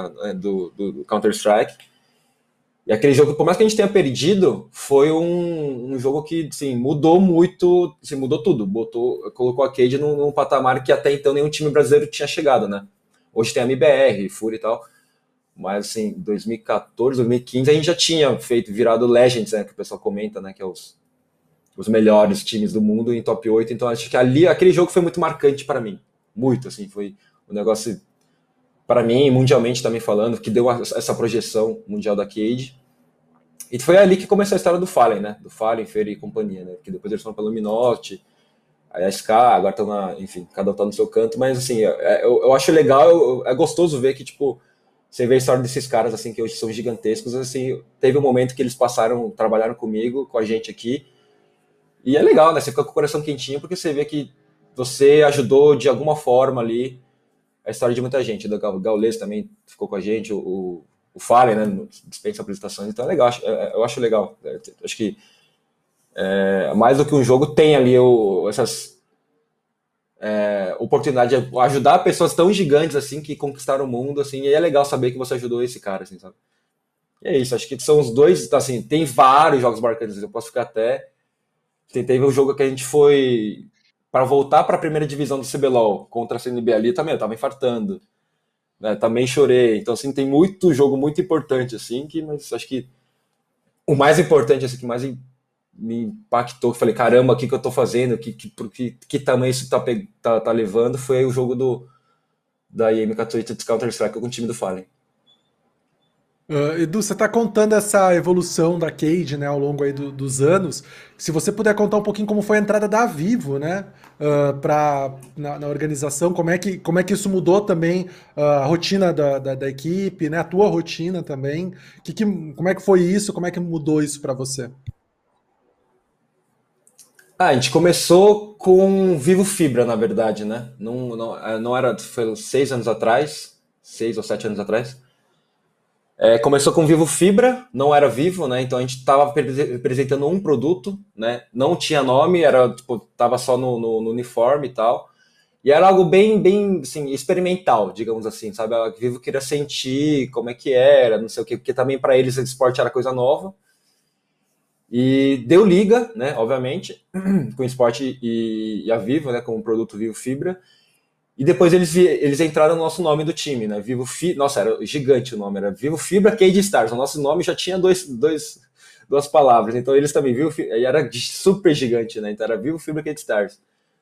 do Counter-Strike. E aquele jogo, por mais que a gente tenha perdido, foi um jogo que, assim, mudou muito, assim, mudou tudo. Colocou a Cade num patamar que até então nenhum time brasileiro tinha chegado, né? Hoje tem a MBR, Fúria e tal. Mas, assim, 2014, 2015, a gente já tinha virado Legends, né? Que o pessoal comenta, né? Que é os melhores times do mundo em top 8. Então, acho que aquele jogo foi muito marcante para mim. Muito, assim, foi um negócio, para mim, mundialmente também falando, que deu essa projeção mundial da Cade. E foi ali que começou a história do Fallen, né? Do Fallen, Fer e companhia, né? Que depois eles foram pela Luminote, aí a SK, agora estão enfim, cada um tá no seu canto, mas assim, eu acho legal, é gostoso ver que, tipo, você vê a história desses caras, assim, que hoje são gigantescos, assim, teve um momento que eles trabalharam comigo, com a gente aqui, e é legal, né? Você fica com o coração quentinho, porque você vê que você ajudou de alguma forma ali a história de muita gente. O Gaules também ficou com a gente, o Fallen, né? Dispensa apresentações, então é legal, eu acho legal. Acho que mais do que um jogo, tem ali essas oportunidades de ajudar pessoas tão gigantes assim, que conquistaram o mundo, assim, e é legal saber que você ajudou esse cara, assim, sabe? E é isso, acho que são os dois, assim, tem vários jogos marcantes, eu posso ficar até... Teve um jogo que a gente foi para voltar para a primeira divisão do CBLOL contra a CNB ali, também eu tava infartando, né? Também chorei. Então, assim, tem muito jogo muito importante, assim, mas acho que o mais importante, assim, que mais me impactou, que falei, caramba, o que eu tô fazendo, que tamanho isso tá levando, foi o jogo da IEM Katowice de Counter-Strike com o time do Fallen. Edu, você está contando essa evolução da Cade, né, ao longo aí dos anos. Se você puder contar um pouquinho como foi a entrada da Vivo, né, na organização, como é que isso mudou também a rotina da equipe, né, a tua rotina também. Como é que foi isso? Como é que mudou isso para você? A gente começou com Vivo Fibra, na verdade, né? Não era, foi 6 anos atrás, 6 ou 7 anos atrás. Começou com Vivo Fibra, não era Vivo, né? Então a gente estava apresentando um produto, né? Não tinha nome, tava só no uniforme e tal. E era algo bem assim, experimental, digamos assim, sabe? A Vivo queria sentir como é que era, não sei o quê, porque também para eles o esporte era coisa nova. E deu liga, né, obviamente, com o Sport e a Vivo, né, com o produto Vivo Fibra. E depois eles entraram no nosso nome do time, né? Vivo Fibra. Nossa, era gigante o nome, era Vivo Fibra Cade Stars. O nosso nome já tinha duas palavras. Então eles também, Vivo Fibra, e era super gigante, né? Então era Vivo Fibra Cade Stars.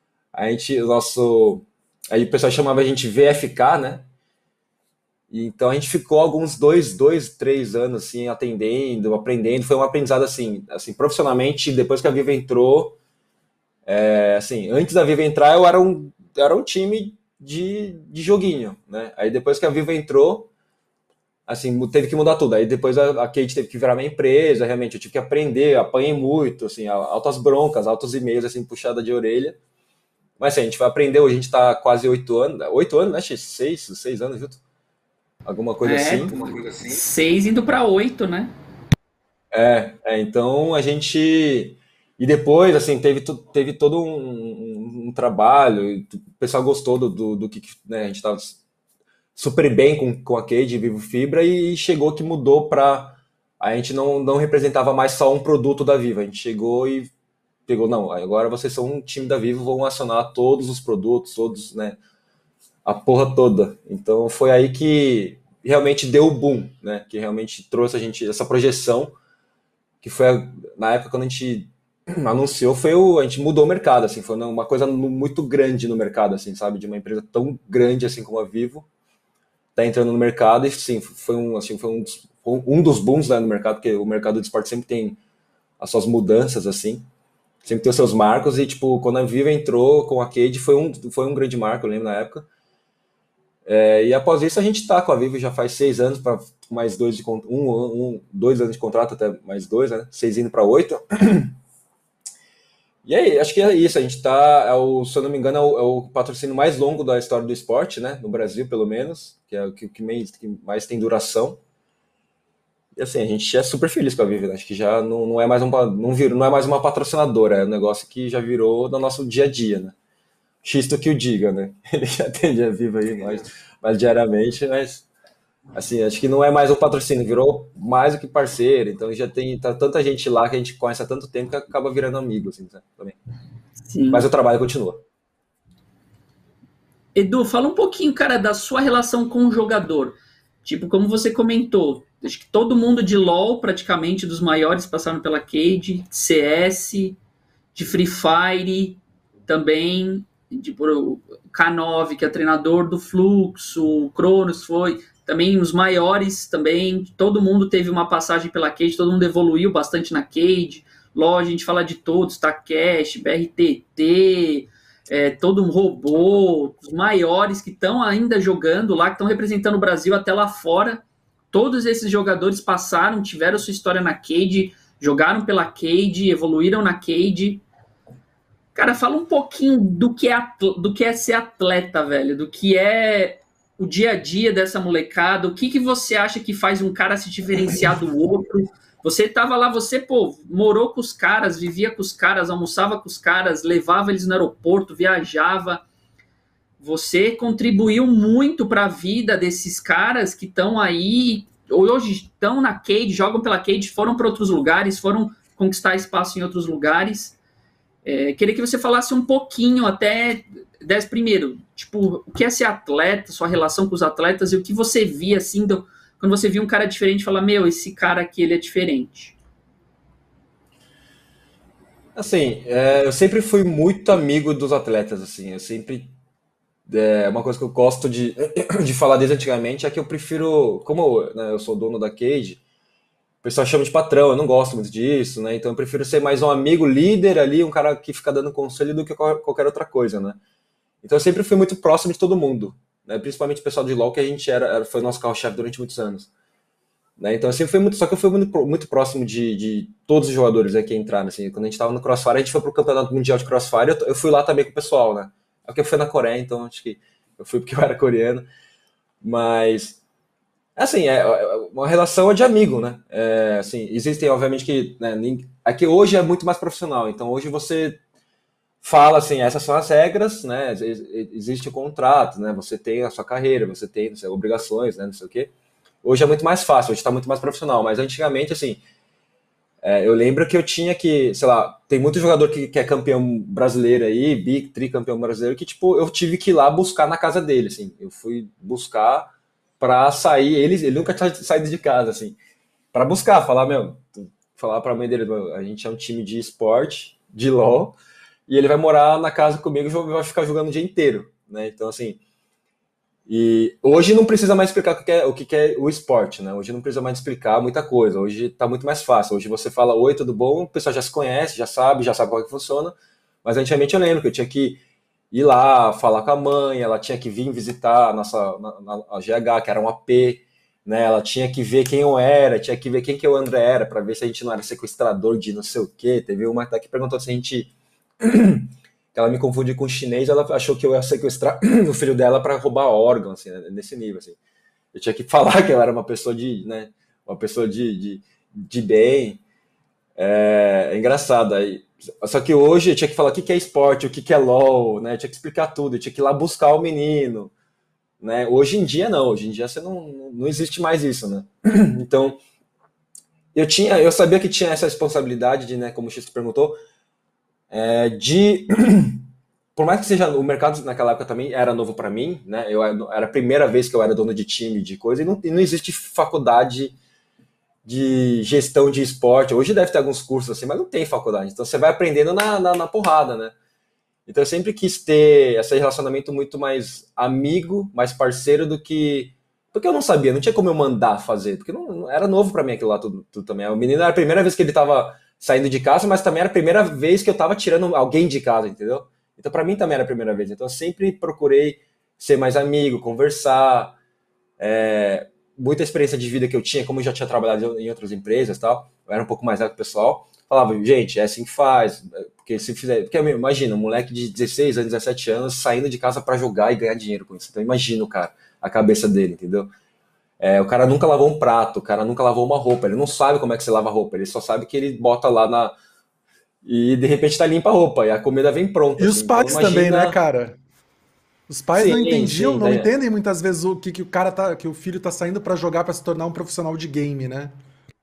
Aí o pessoal chamava a gente VFK, né? E então a gente ficou alguns 3 anos assim, atendendo, aprendendo. Foi um aprendizado assim profissionalmente. Depois que a Vivo entrou, assim, antes da Vivo entrar, eu era um time de joguinho, né? Aí depois que a Vivo entrou, assim, teve que mudar tudo. Aí depois a Cade teve que virar minha empresa, realmente eu tive que aprender, apanhei muito, assim, altas broncas, altos e-mails, assim, puxada de orelha. Mas assim, a gente vai aprender, hoje a gente tá quase 8 anos, né, X? 6 anos, viu? Alguma coisa assim. 6 indo para 8, né? Então a gente... E depois, assim, teve todo um trabalho, e o pessoal gostou do que, né, a gente estava super bem com a Cade Vivo Fibra e chegou que mudou para... A gente não representava mais só um produto da Vivo, a gente chegou e pegou, não, agora vocês são um time da Vivo, vão acionar todos os produtos, todos, né, a porra toda. Então foi aí que realmente deu o boom, né, que realmente trouxe a gente essa projeção, que foi na época quando a gente anunciou, a gente mudou o mercado, assim, foi uma coisa muito grande no mercado, assim, sabe, de uma empresa tão grande assim como a Vivo tá entrando no mercado. E sim, foi um dos booms, né, no mercado, porque o mercado de esporte sempre tem as suas mudanças, assim, sempre tem os seus marcos. E tipo, quando a Vivo entrou com a Cade, foi um grande marco, eu lembro na época. E após isso a gente tá com a Vivo já faz 6 anos, para mais 2 de 2 anos de contrato, até mais 2, né, 6 indo para 8. E aí, acho que é isso, a gente tá, se eu não me engano, é o patrocínio mais longo da história do esporte, né, no Brasil, pelo menos, que é o que mais tem duração. E assim, a gente é super feliz com a Vivo, né? Acho que já não é mais não é mais uma patrocinadora, é um negócio que já virou no nosso dia a dia, né? Xisto que o diga, né? Ele já atende a Vivo aí mais diariamente, mas assim, acho que não é mais um patrocínio, virou mais do que parceiro. Então já tem tanta gente lá que a gente conhece há tanto tempo que acaba virando amigo, assim, sabe? Também. Sim. Mas o trabalho continua. Edu, fala um pouquinho, cara, da sua relação com o jogador. Tipo, como você comentou, acho que todo mundo de LoL, praticamente, dos maiores, passaram pela Cade, CS, de Free Fire, também, tipo, o K9, que é treinador do Fluxo, o Cronos foi, também os maiores também, todo mundo teve uma passagem pela Cade, todo mundo evoluiu bastante na Cade. LoL, a gente fala de todos, Takeshi, BRTT, todo um robô, os maiores que estão ainda jogando lá, que estão representando o Brasil até lá fora. Todos esses jogadores passaram, tiveram sua história na Cade, jogaram pela Cade, evoluíram na Cade. Cara, fala um pouquinho do que é ser atleta, velho, do que é o dia a dia dessa molecada, o que você acha que faz um cara se diferenciar do outro? Você tava lá, morou com os caras, vivia com os caras, almoçava com os caras, levava eles no aeroporto, viajava. Você contribuiu muito para a vida desses caras que estão aí, hoje estão na Cade, jogam pela Cade, foram para outros lugares, foram conquistar espaço em outros lugares. Queria que você falasse um pouquinho até primeiro, tipo, o que é ser atleta, sua relação com os atletas e o que você via, assim, quando você via um cara diferente, fala, meu, esse cara aqui, ele é diferente. Assim, eu sempre fui muito amigo dos atletas, assim, eu sempre... uma coisa que eu gosto de falar desde antigamente é que eu prefiro, como né, eu sou dono da Cade, o pessoal chama de patrão, eu não gosto muito disso, né? Então eu prefiro ser mais um amigo líder ali, um cara que fica dando conselho do que qualquer outra coisa, né? Então eu sempre fui muito próximo de todo mundo, né? Principalmente o pessoal de LoL, que a gente foi nosso carro-chefe durante muitos anos. Né? Então eu sempre fui só que eu fui muito próximo de todos os jogadores que entraram, assim. Quando a gente tava no Crossfire, a gente foi pro Campeonato Mundial de Crossfire, eu fui lá também com o pessoal, né? É porque eu fui na Coreia, então acho que eu fui porque eu era coreano. Mas, assim, uma relação de amigo, né? Assim, existem, obviamente, que... Né, aqui hoje é muito mais profissional. Então, hoje você fala, assim, essas são as regras, né? Existe o contrato, né? Você tem a sua carreira, você tem as obrigações, né? Não sei o quê. Hoje é muito mais fácil, hoje está muito mais profissional. Mas, antigamente, assim... Eu lembro que eu tinha que, sei lá, tem muito jogador que é campeão brasileiro aí, tricampeão brasileiro, que, tipo, eu tive que ir lá buscar na casa dele, assim. Eu fui buscar pra sair, ele nunca tinha saído de casa, assim, pra buscar, falar, meu, falar pra mãe dele, meu, a gente é um time de esporte, de LoL, e ele vai morar na casa comigo e vai ficar jogando o dia inteiro, né? Então, assim, e hoje não precisa mais explicar o que é o esporte, né? Hoje não precisa mais explicar muita coisa. Hoje está muito mais fácil. Hoje você fala oi, tudo bom, o pessoal já se conhece, já sabe como é que funciona. Mas antigamente eu lembro que eu tinha que ir lá, falar com a mãe, ela tinha que vir visitar a GH, que era um AP, né? Ela tinha que ver quem eu era, tinha que ver quem que o André era, para ver se a gente não era sequestrador de não sei o quê. Teve uma que perguntou se a gente ela me confunde com chinês, ela achou que eu ia sequestrar o filho dela para roubar órgão, assim, né, nesse nível, assim. Eu tinha que falar que eu era uma pessoa né, uma pessoa de bem. É engraçado. Aí, só que hoje eu tinha que falar o que é esporte, o que é LOL, né? Eu tinha que explicar tudo, eu tinha que ir lá buscar o menino, né? Hoje em dia não, hoje em dia você não existe mais isso, né? Então, eu sabia que tinha essa responsabilidade de, né, como o X perguntou, de por mais que seja o mercado naquela época também era novo para mim, né? Era a primeira vez que eu era dono de time de coisa e não existe faculdade de gestão de esporte. Hoje deve ter alguns cursos assim, mas não tem faculdade. Então você vai aprendendo na porrada, né? Então eu sempre quis ter esse relacionamento muito mais amigo, mais parceiro do que porque eu não sabia, não tinha como eu mandar fazer, porque não era novo para mim aquilo lá tudo também. O menino era a primeira vez que ele tava saindo de casa, mas também era a primeira vez que eu tava tirando alguém de casa, entendeu? Então para mim também era a primeira vez. Então eu sempre procurei ser mais amigo, conversar, muita experiência de vida que eu tinha, como eu já tinha trabalhado em outras empresas e tal, eu era um pouco mais velho que o pessoal, falava, gente, é assim que faz, porque se fizer, porque imagina, um moleque de 16 anos, 17 anos, saindo de casa para jogar e ganhar dinheiro com isso, então imagina o cara, a cabeça dele, entendeu? O cara nunca lavou um prato, o cara nunca lavou uma roupa, ele não sabe como é que você lava roupa, ele só sabe que ele bota lá e de repente tá limpa a roupa, e a comida vem pronta, E os assim, então pais também, né, imagina... cara? Os pais não Sim, entendiam, sim, não entendem muitas vezes o que o cara tá, que o filho tá saindo pra jogar pra se tornar um profissional de game, né?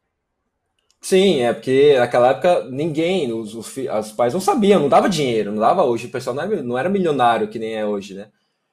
sim, é porque naquela época ninguém, os pais não sabiam, não dava dinheiro, não dava hoje, o pessoal não era milionário que nem é hoje, né?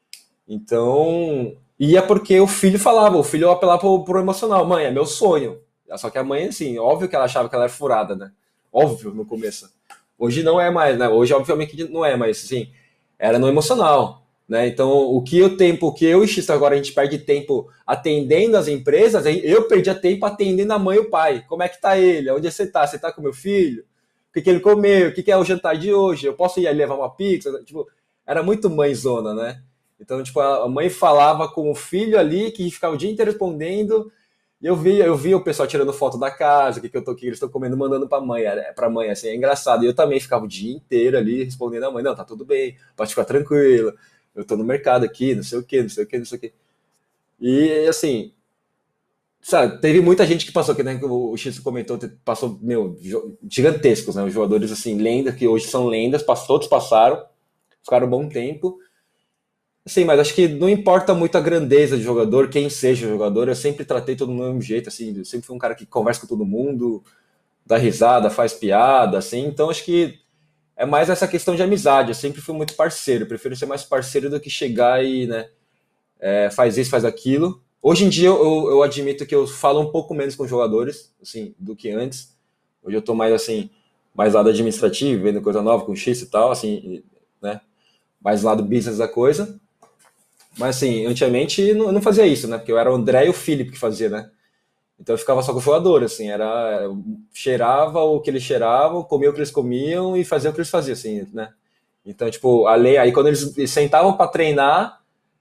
Então, ia porque o filho falava, o filho apelava pro emocional, mãe, é meu sonho. Só que a mãe, assim, óbvio que ela achava que ela era furada, né? Óbvio, no começo. Hoje não é mais, né? Hoje, obviamente, não é, mas, assim, era no emocional, né? Então, o que eu e o X agora a gente perde tempo atendendo as empresas, eu perdia tempo atendendo a mãe e o pai. Como é que tá ele? Onde você tá? Você tá com meu filho? O que ele comeu? O que é o jantar de hoje? Eu posso ir aí levar uma pizza? Tipo, era muito mãezona, né? Então, tipo, a mãe falava com o filho ali, que ficava o dia inteiro respondendo, e eu via o pessoal tirando foto da casa, que eles estão comendo, mandando pra mãe, assim, é engraçado. E eu também ficava o dia inteiro ali respondendo à mãe, não, tá tudo bem, pode ficar tranquila, eu tô no mercado aqui, não sei o que, não sei o que, não sei o que. E, assim, sabe, teve muita gente que passou, que né, o X comentou, passou, meu, gigantescos, né, os jogadores, assim, lendas, que hoje são lendas, todos passaram, ficaram um bom tempo. Sim, mas acho que não importa muito a grandeza de jogador, quem seja o jogador, eu sempre tratei todo mundo do mesmo jeito, assim, eu sempre fui um cara que conversa com todo mundo, dá risada, faz piada, assim, então acho que é mais essa questão de amizade, eu sempre fui muito parceiro, eu prefiro ser mais parceiro do que chegar e, né, faz isso, faz aquilo. Hoje em dia eu admito que eu falo um pouco menos com os jogadores, assim, do que antes, hoje eu tô mais, assim, mais lado administrativo, vendo coisa nova com X e tal, assim, né, mais lado business da coisa. Mas assim, antigamente eu não fazia isso, né? Porque eu era o André e o Felipe que fazia, né? Então eu ficava só com o jogador, assim, cheirava o que eles cheiravam, comia o que eles comiam e fazia o que eles faziam, assim, né? Então, tipo, aí quando eles sentavam para treinar,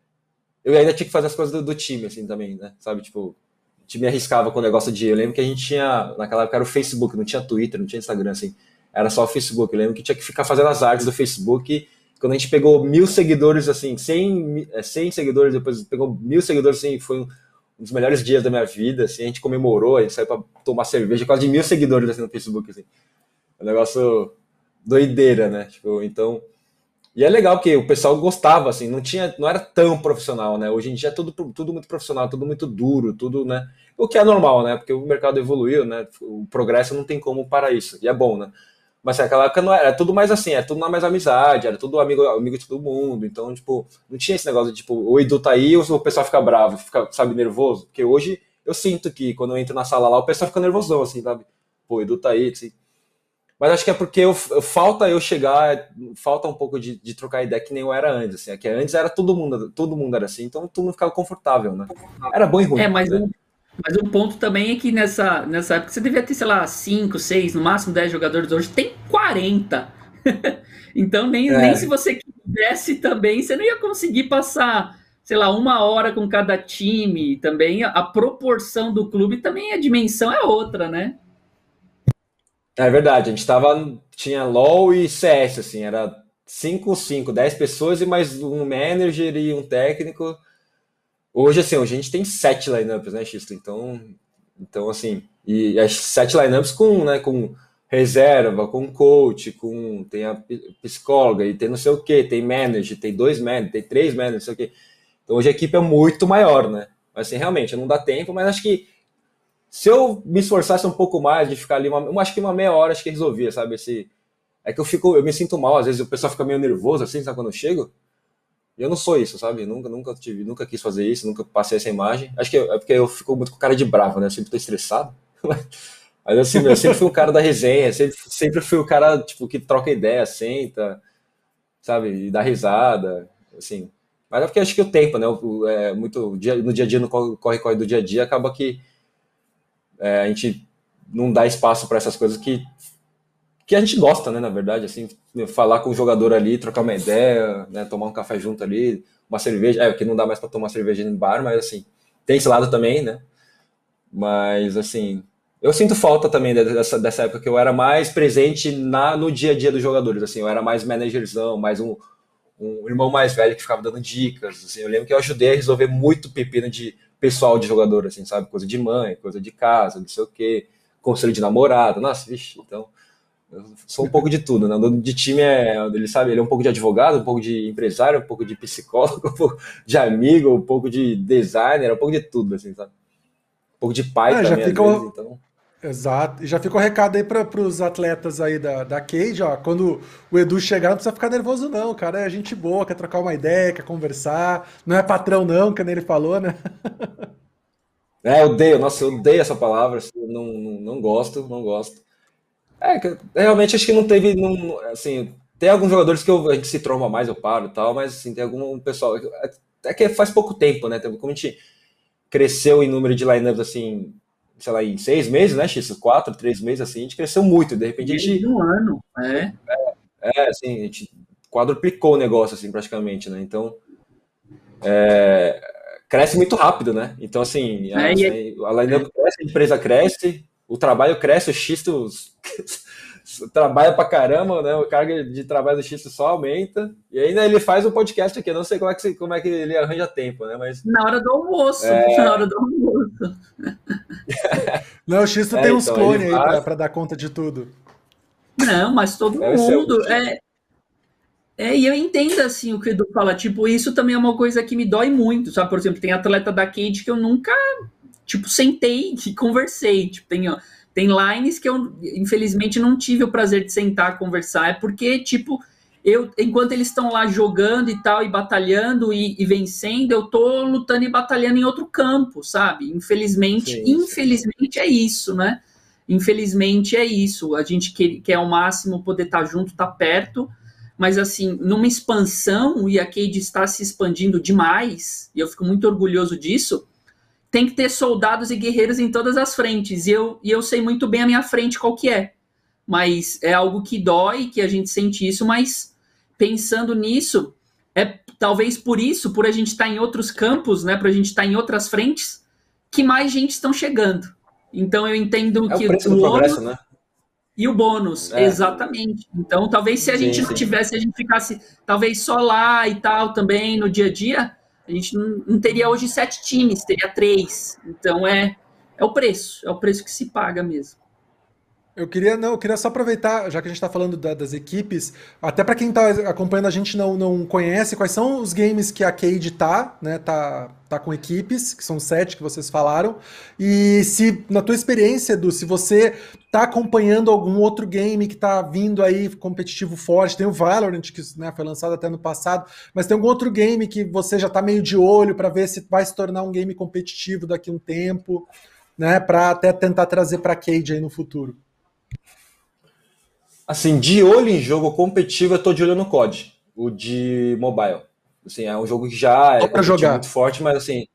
eu ainda tinha que fazer as coisas do time, assim, também, né? Sabe, tipo, o time arriscava com o negócio de. Eu lembro que a gente tinha, naquela época era o Facebook, não tinha Twitter, não tinha Instagram, assim, era só o Facebook. Eu lembro que tinha que ficar fazendo as artes do Facebook. Quando a gente pegou 1.000 seguidores, assim, 100 seguidores, depois pegou 1.000 seguidores, assim, foi um dos melhores dias da minha vida, assim, a gente comemorou, a gente saiu pra tomar cerveja, quase de 1.000 seguidores, assim, no Facebook, assim. É um negócio doideira, né? Tipo, então, E é legal que o pessoal gostava, assim, não era tão profissional, né? Hoje em dia é tudo muito profissional, tudo muito duro, tudo, né? O que é normal, né? Porque o mercado evoluiu, né? O progresso não tem como parar isso, e é bom, né? Mas naquela época não era tudo mais assim, era tudo mais amizade, era tudo amigo de todo mundo. Então, tipo, não tinha esse negócio de, tipo, o Edu tá aí, o pessoal fica bravo, fica, sabe, nervoso. Porque hoje eu sinto que quando eu entro na sala lá, o pessoal fica nervosão, assim, sabe? Pô, o Edu tá aí, assim. Mas acho que é porque falta eu chegar, falta um pouco de trocar ideia que nem eu era antes, assim. É que antes era todo mundo era assim, então todo mundo ficava confortável, né? Era bom e É, ruim, né? mas um ponto também é que nessa época você devia ter, sei lá, 5 6 no máximo 10 jogadores. Hoje tem 40. Então nem se É, você quisesse também, você não ia conseguir passar, sei lá, 1 hora com cada time. Também a proporção do clube também, a dimensão é outra, né? é verdade, tinha LoL e CS, assim, era 5 10 pessoas e mais um manager e um técnico. Hoje, assim, hoje a gente tem 7 lineups, né, Xisto? Então, assim, e as 7 lineups com reserva, com coach, tem a psicóloga, e tem não sei o quê, tem manager, tem 2 managers, tem 3 managers, não sei o quê. Então hoje a equipe é muito maior, né? Mas, assim, realmente, não dá tempo, mas acho que se eu me esforçasse um pouco mais de ficar ali, eu acho que uma meia hora acho que resolvia, sabe? É que eu me sinto mal, às vezes o pessoal fica meio nervoso, assim, sabe, quando eu chego. E eu não sou isso, sabe? Nunca quis fazer isso, nunca passei essa imagem. Acho que é porque eu fico muito com cara de bravo, né? Eu sempre tô estressado. Mas assim, eu sempre fui o cara da resenha, sempre fui o cara, tipo, que troca ideia, senta, sabe? E dá risada, assim. Mas é porque acho que o tempo, né? No dia a dia, no corre-corre do dia a dia, acaba que a gente não dá espaço para essas coisas que a gente gosta, né, na verdade, assim, falar com o jogador ali, trocar uma ideia, né, tomar um café junto ali, uma cerveja, que não dá mais para tomar cerveja no bar, mas assim, tem esse lado também, né, mas assim, eu sinto falta também dessa época que eu era mais presente no dia a dia dos jogadores, assim, eu era mais managerzão, mais um irmão mais velho que ficava dando dicas, assim, eu lembro que eu ajudei a resolver muito pepino de pessoal de jogador, assim, sabe, coisa de mãe, coisa de casa, não sei o quê, conselho de namorado, nossa, vixe, então eu sou um pouco de tudo, né? O dono de time ele sabe, ele é um pouco de advogado, um pouco de empresário, um pouco de psicólogo, um pouco de amigo, um pouco de designer, um pouco de tudo, assim, sabe? Um pouco de pai Já também, às fica vezes, então. Exato. E já fica o recado aí para os atletas aí da Cade, ó. Quando o Edu chegar, não precisa ficar nervoso, não. O cara é gente boa, quer trocar uma ideia, quer conversar. Não é patrão, não, que nem ele falou, né? Eu odeio essa palavra, assim, não gosto, não gosto. Realmente acho que não teve, assim, tem alguns jogadores que a gente se tromba mais, eu paro e tal, mas assim, tem algum pessoal, é que faz pouco tempo, né? Como a gente cresceu em número de lineups, assim, sei lá, em 6 meses, né, X? 4, 3 meses, assim, a gente cresceu muito. De repente a Menos de gente, um ano, é. assim, a gente quadruplicou o negócio, assim, praticamente, né? Então, cresce muito rápido, né? Então, assim, É, a lineup cresce, a empresa cresce, o trabalho cresce, o X trabalha pra caramba, né? O carga de trabalho do X só aumenta. E ainda ele faz um podcast aqui. Eu não sei como é que ele arranja tempo, né? Mas. na hora do almoço, na hora do almoço. Não, o Xisto tem uns Então, ele clones aí faz. para dar conta de tudo. Não, mas todo Deve ser o. mundo. E eu entendo assim o que o Edu fala, tipo, isso também é uma coisa que me dói muito, sabe? Por exemplo, tem atleta da Cade que eu nunca, tipo, sentei e conversei. Tipo, tem lines que eu, infelizmente, não tive o prazer de sentar e conversar. É porque, tipo, enquanto eles estão lá jogando e tal, e batalhando e vencendo, eu tô lutando e batalhando em outro campo, sabe? Sim, sim. Infelizmente é isso, né? Infelizmente é isso. A gente quer ao máximo poder estar junto, estar perto, mas assim, numa expansão, e a Cade está se expandindo demais, e eu fico muito orgulhoso disso, tem que ter soldados e guerreiros em todas as frentes, e eu sei muito bem a minha frente qual que é, mas é algo que dói, que a gente sente isso, mas pensando nisso, talvez por isso, por a gente estar em outros campos, né, por a gente estar em outras frentes, que mais gente estão chegando. Então eu entendo É o que preço do o progresso, ônus né? e o bônus, É, exatamente. Então, talvez se a sim, gente não sim. tivesse, se a gente ficasse talvez só lá e tal também no dia a dia, a gente não teria hoje 7 times, teria 3. Então é o preço que se paga mesmo. Eu queria só aproveitar, já que a gente está falando das equipes, até para quem está acompanhando a gente não conhece, quais são os games que a Cade tá, né? Tá com equipes, que são 7 que vocês falaram. E se, na tua experiência, Edu, se você tá acompanhando algum outro game que tá vindo aí competitivo forte, tem o Valorant, que, né, foi lançado até no passado, mas tem algum outro game que você já tá meio de olho para ver se vai se tornar um game competitivo daqui a um tempo, né? Para até tentar trazer para a Cade aí no futuro. Assim, de olho em jogo competitivo, eu tô de olho no COD, o de mobile. Assim, é um jogo que já Só é para competitivo jogar. muito forte, mas assim,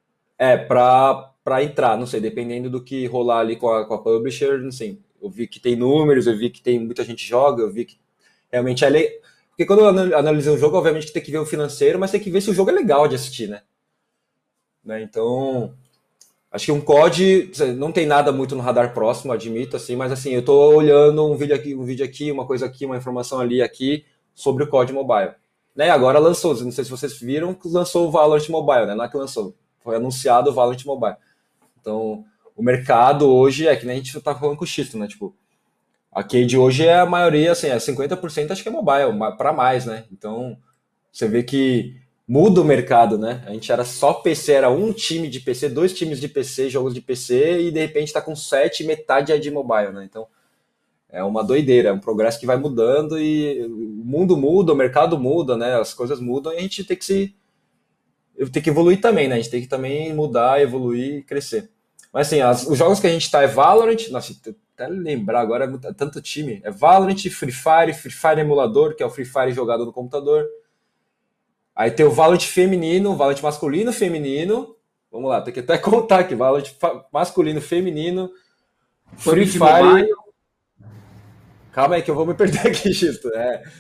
pra entrar, não sei, dependendo do que rolar ali com a publisher, assim, eu vi que tem números, eu vi que tem muita gente joga, eu vi que realmente é legal. Porque quando eu analiso um jogo, obviamente que tem que ver o financeiro, mas tem que ver se o jogo é legal de assistir, né? Então, acho que um COD não tem nada muito no radar próximo, admito, assim, mas assim, eu tô olhando um vídeo aqui, uma coisa aqui, uma informação ali, aqui, sobre o COD Mobile. Né, agora lançou, não sei se vocês viram, que lançou o Valorant Mobile, né? Não é que lançou, foi anunciado o Valorant Mobile. Então, o mercado hoje é que nem a gente tá falando com o Xisto, né? Tipo, a Cade hoje é a maioria, assim, é 50% acho que é mobile, para mais, né? Então, você vê que muda o mercado, né? A gente era só PC, era um time de PC, dois times de PC, jogos de PC, e de repente tá com 7, metade é de mobile, né? Então, é uma doideira, é um progresso que vai mudando e o mundo muda, o mercado muda, né? As coisas mudam e a gente tem que tem que evoluir também, né? A gente tem que também mudar, evoluir e crescer. Mas assim, os jogos que a gente tá é Valorant, nossa, até lembrar agora, é tanto time. É Valorant, Free Fire emulador, que é o Free Fire jogado no computador. Aí tem o Valorant feminino, Valorant masculino, feminino. Vamos lá, tem que até contar aqui. Valorant masculino, feminino, Free PUBG Mobile. Fire. Calma aí que eu vou me perder aqui, Gisto.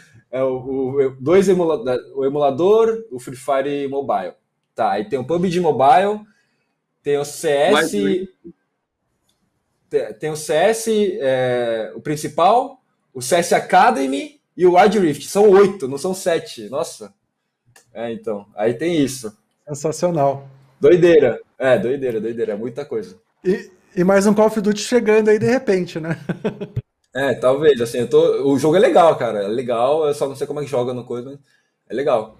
O emulador, o Free Fire Mobile. Tá, aí tem o PUBG Mobile, tem o CS, tem o CS, o principal, o CS Academy e o Wild Rift. São 8, não são 7. Nossa. Então. Aí tem isso. Sensacional. Doideira. Doideira, doideira. É muita coisa. E mais um Call of Duty chegando aí de repente, né? Talvez. Assim, o jogo é legal, cara. É legal. Eu só não sei como é que joga no coisa, mas é legal.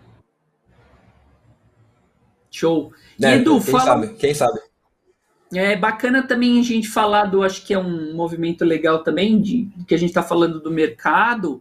Show. E Né? Edu, Quem fala. sabe? Quem sabe? É bacana também a gente falar do, acho que é um movimento legal também, de que a gente está falando do mercado,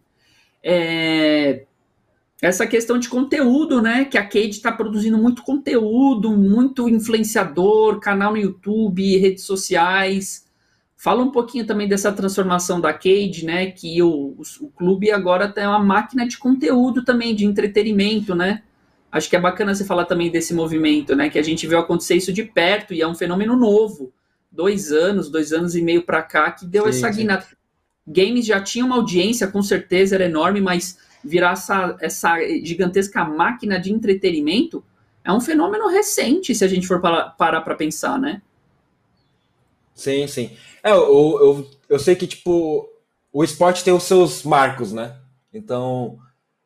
essa questão de conteúdo, né? Que a Cade está produzindo muito conteúdo, muito influenciador, canal no YouTube, redes sociais. Fala um pouquinho também dessa transformação da Cade, né? Que o clube agora tem uma máquina de conteúdo também, de entretenimento, né? Acho que é bacana você falar também desse movimento, né? Que a gente viu acontecer isso de perto e é um fenômeno novo. 2 anos e meio para cá, que deu essa Sim, sim. guinada. Games já tinha uma audiência, com certeza era enorme, mas virar essa gigantesca máquina de entretenimento é um fenômeno recente, se a gente for parar para pensar, né? Sim, sim. Eu sei que, tipo, o esporte tem os seus marcos, né? Então,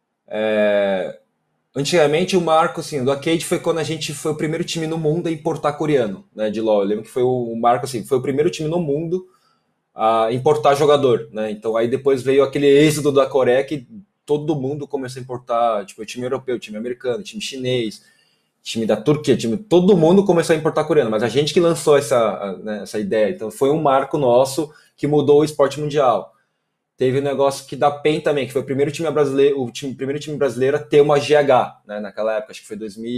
antigamente o marco, assim, do arcade foi quando a gente foi o primeiro time no mundo a importar coreano, né, de LoL. Eu lembro que foi o marco, assim, foi o primeiro time no mundo a importar jogador, né? Então aí depois veio aquele êxodo da Coreia que todo mundo começou a importar, tipo, time europeu, time americano, time chinês, time da Turquia, todo mundo começou a importar coreano, mas a gente que lançou essa ideia. Então foi um marco nosso que mudou o esporte mundial. Teve um negócio que da PEN também, que foi o primeiro time brasileiro, primeiro time brasileiro a ter uma GH, né? Naquela época, acho que foi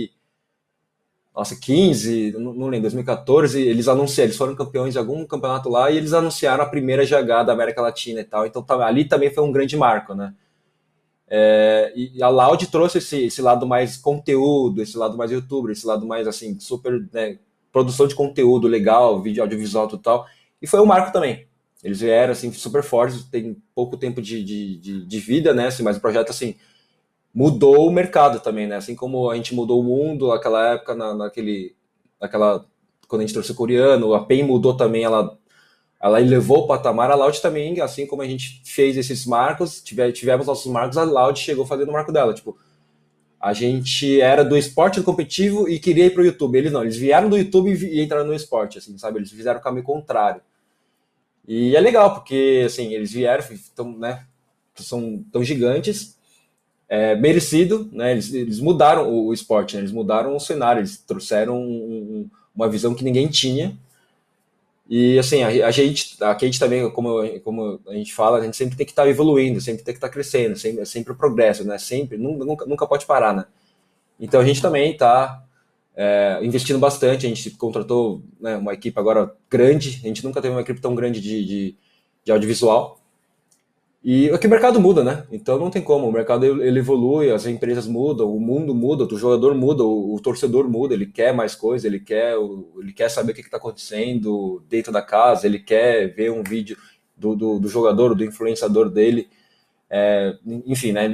2015, não lembro, 2014, eles anunciaram, eles foram campeões de algum campeonato lá e eles anunciaram a primeira GH da América Latina e tal. Então ali também foi um grande marco, né? E a Loud trouxe esse lado mais conteúdo, esse lado mais youtuber, esse lado mais assim, super, né, produção de conteúdo legal, vídeo audiovisual e tal. E foi um marco também. Eles vieram assim, super fortes, tem pouco tempo de vida, né? Assim, mas o projeto assim, mudou o mercado também, né? Assim como a gente mudou o mundo naquela época, quando a gente trouxe o coreano, a PEN mudou também, ela elevou o patamar, a Loud também, assim como a gente fez esses marcos, tivemos nossos marcos, a Loud chegou fazendo o marco dela, tipo, a gente era do esporte do competitivo e queria ir pro YouTube, eles não, eles vieram do YouTube e entraram no esporte, assim, sabe, eles fizeram o caminho contrário. E é legal, porque, assim, eles vieram, tão, né, são tão gigantes, merecido, né, eles mudaram o esporte, né, eles mudaram o cenário, eles trouxeram uma visão que ninguém tinha. E assim, a Kate também, como a gente fala, a gente sempre tem que estar evoluindo, sempre tem que estar crescendo, sempre o progresso, né? Sempre, nunca pode parar, né? Então a gente também está investindo bastante, a gente contratou, né, uma equipe agora grande, a gente nunca teve uma equipe tão grande de audiovisual. E é que o mercado muda, né? Então não tem como, o mercado ele evolui, as empresas mudam, o mundo muda, o jogador muda, o torcedor muda, ele quer mais coisa, ele quer saber o que está acontecendo dentro da casa, ele quer ver um vídeo do jogador, do influenciador dele, enfim, né?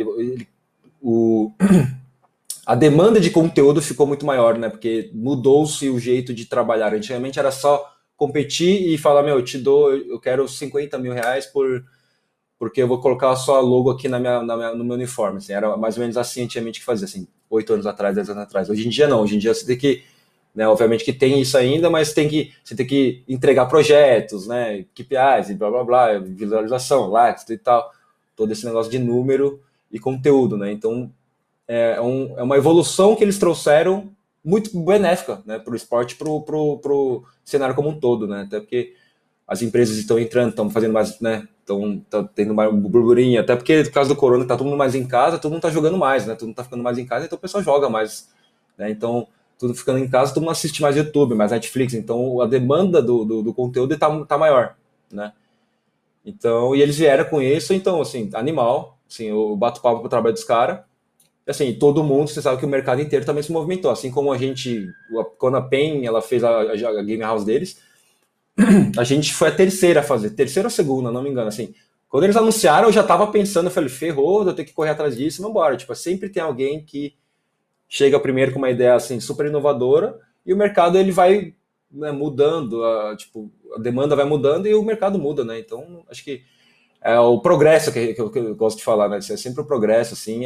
A demanda de conteúdo ficou muito maior, né? Porque mudou-se o jeito de trabalhar. Antigamente era só competir e falar, meu, eu quero 50 mil reais porque eu vou colocar só a logo aqui no meu uniforme. Assim, era mais ou menos assim antigamente que fazia, assim, 8 anos atrás, 10 anos atrás. Hoje em dia não, hoje em dia você tem que, né, obviamente que tem isso ainda, mas você tem que entregar projetos, né, KPIs e blá blá blá, visualização, likes e tal, todo esse negócio de número e conteúdo, né, então é uma evolução que eles trouxeram muito benéfica, né, para o esporte, para o cenário como um todo, né, até porque as empresas estão entrando, estão fazendo mais, né? Estão tendo mais burburinho, até porque por causa do corona tá todo mundo mais em casa, todo mundo tá jogando mais, né? Todo mundo tá ficando mais em casa, então o pessoal joga mais, né? Então, tudo ficando em casa, todo mundo assiste mais YouTube, mais Netflix, então a demanda do conteúdo tá maior, né? Então, e eles vieram com isso, então, assim, animal, assim, eu bato palma pro trabalho dos caras, assim, todo mundo, você sabe que o mercado inteiro também se movimentou, assim como quando a PEN, ela fez a Game House deles, a gente foi a terceira a fazer, terceira ou segunda, não me engano, assim. Quando eles anunciaram, eu já tava pensando, eu falei, ferrou, eu tenho que correr atrás disso, vamos embora. Tipo, sempre tem alguém que chega primeiro com uma ideia, assim, super inovadora, e o mercado, ele vai, né, mudando, a demanda vai mudando e o mercado muda, né? Então, acho que é o progresso que eu gosto de falar, né? É sempre o progresso, assim,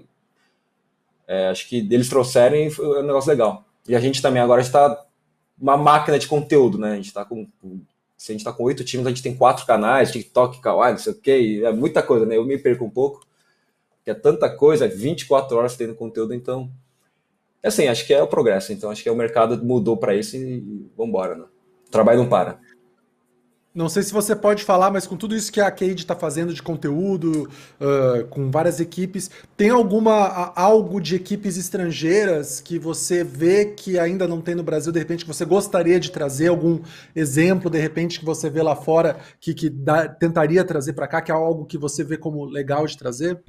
acho que eles trouxeram e foi um negócio legal. E a gente também agora está uma máquina de conteúdo, né? Se a gente tá com 8 times, a gente tem 4 canais, TikTok, Kawaii, não sei o quê, é muita coisa, né? Eu me perco um pouco, que é tanta coisa, 24 horas tendo conteúdo, então, assim, acho que é o progresso, então acho que o mercado mudou para isso e vambora, né? O trabalho não para. Não sei se você pode falar, mas com tudo isso que a Cade está fazendo de conteúdo, com várias equipes, tem algo de equipes estrangeiras que você vê que ainda não tem no Brasil, de repente, que você gostaria de trazer algum exemplo, de repente, que você vê lá fora, tentaria trazer para cá, que é algo que você vê como legal de trazer?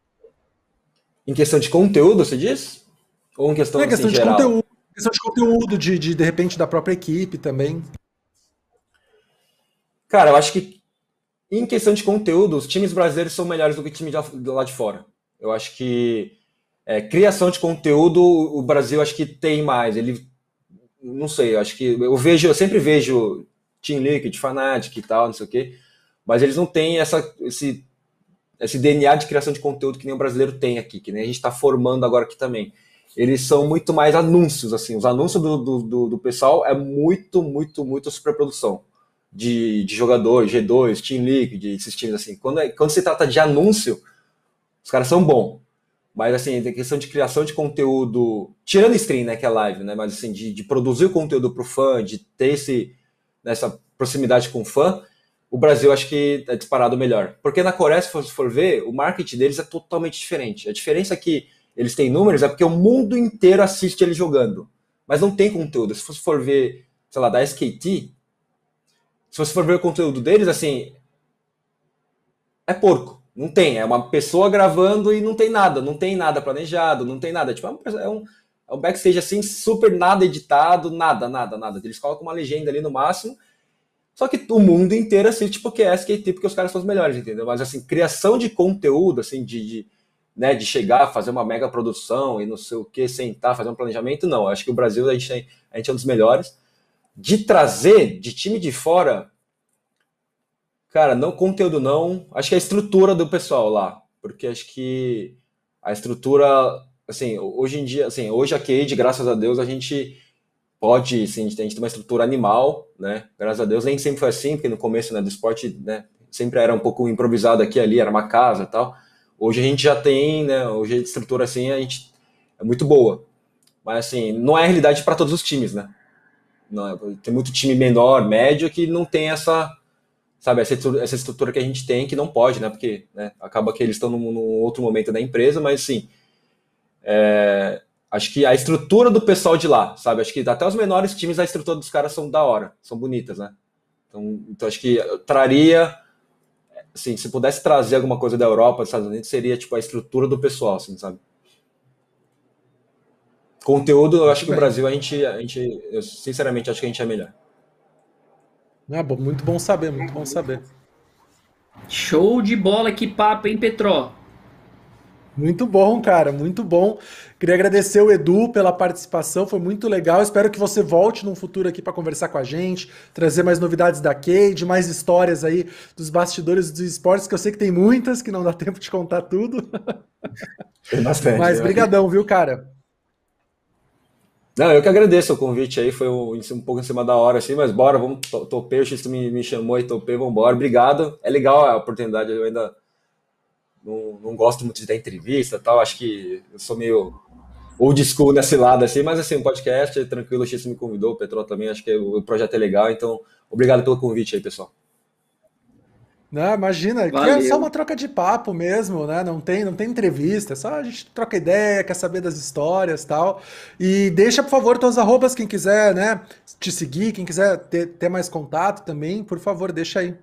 Em questão de conteúdo, você diz? Ou em Não questão, é assim, questão de geral? conteúdo, de repente, da própria equipe também. Cara, eu acho que em questão de conteúdo, os times brasileiros são melhores do que o time de lá de fora. Eu acho que criação de conteúdo, o Brasil acho que tem mais. Ele, não sei, eu acho que eu sempre vejo Team Liquid, Fnatic e tal, não sei o quê, mas eles não têm esse DNA de criação de conteúdo que nem o brasileiro tem aqui, que nem a gente está formando agora aqui também. Eles são muito mais anúncios, assim, os anúncios do pessoal é muito, muito, muito superprodução de jogador, G2, Team Liquid, esses times assim. Quando se trata de anúncio, os caras são bons. Mas, assim, tem questão de criação de conteúdo, tirando stream, né, que é live, né, mas, assim, de produzir o conteúdo pro fã, de ter essa proximidade com o fã, o Brasil acho que é disparado melhor. Porque na Coreia, se for ver, o marketing deles é totalmente diferente. A diferença é que eles têm números é porque o mundo inteiro assiste eles jogando. Mas não tem conteúdo. Se você for ver, sei lá, da SKT, se você for ver o conteúdo deles, assim, é porco. Não tem. É uma pessoa gravando e não tem nada. Não tem nada planejado, não tem nada. Tipo, é um backstage assim, super nada editado, nada, nada, nada. Eles colocam uma legenda ali no máximo. Só que o mundo inteiro assiste porque é SKT, porque os caras são os melhores, entendeu? Mas, assim, criação de conteúdo, assim, né, de chegar, fazer uma mega produção e não sei o que, sentar, fazer um planejamento, não. Eu acho que o Brasil, a gente é um dos melhores. De trazer de time de fora, cara, não conteúdo não. Acho que é a estrutura do pessoal lá. Porque acho que a estrutura, assim, hoje em dia, assim, hoje a Cade, graças a Deus, a gente pode, sim, a gente tem uma estrutura animal, né? Graças a Deus, nem sempre foi assim, porque no começo, né, do esporte, né, sempre era um pouco improvisado aqui e ali, era uma casa e tal. Hoje a gente já tem, né, hoje a estrutura assim, a gente é muito boa. Mas assim, não é a realidade para todos os times, né? Não, tem muito time menor, médio, que não tem essa, sabe, essa estrutura que a gente tem, que não pode, né? Porque, né, acaba que eles estão num outro momento da empresa, mas assim, acho que a estrutura do pessoal de lá, sabe? Acho que até os menores times, a estrutura dos caras são da hora, são bonitas, né? Então acho que eu traria, assim, se pudesse trazer alguma coisa da Europa, dos Estados Unidos, seria tipo a estrutura do pessoal, assim, sabe? Conteúdo, eu acho Muito que o bem. Brasil, eu sinceramente acho que a gente é melhor. Ah, bom, muito bom saber, muito bom saber. Show de bola, que papo, hein, Petró? Muito bom, cara, muito bom. Queria agradecer o Edu pela participação, foi muito legal. Espero que você volte num futuro aqui para conversar com a gente, trazer mais novidades da Cade, mais histórias aí dos bastidores dos esportes, que eu sei que tem muitas, que não dá tempo de contar tudo. Tem bastante, Mas tem bastante. brigadão, viu, cara? Não, eu que agradeço o convite aí, foi um pouco em cima da hora, assim, mas bora, vamos, topei, o X me chamou e topei, vambora, obrigado. É legal a oportunidade, eu ainda não gosto muito de dar entrevista e tal, acho que eu sou meio old school nesse lado, assim, mas assim, um podcast, tranquilo, o X me convidou, o Petrol também, acho que o projeto é legal, então obrigado pelo convite aí, pessoal. Não, imagina, que é só Valeu. uma troca de papo mesmo, né? Não tem entrevista, é só a gente troca ideia, quer saber das histórias e tal. E deixa, por favor, teus arrobas, quem quiser, né, te seguir, quem quiser ter mais contato também, por favor, deixa aí.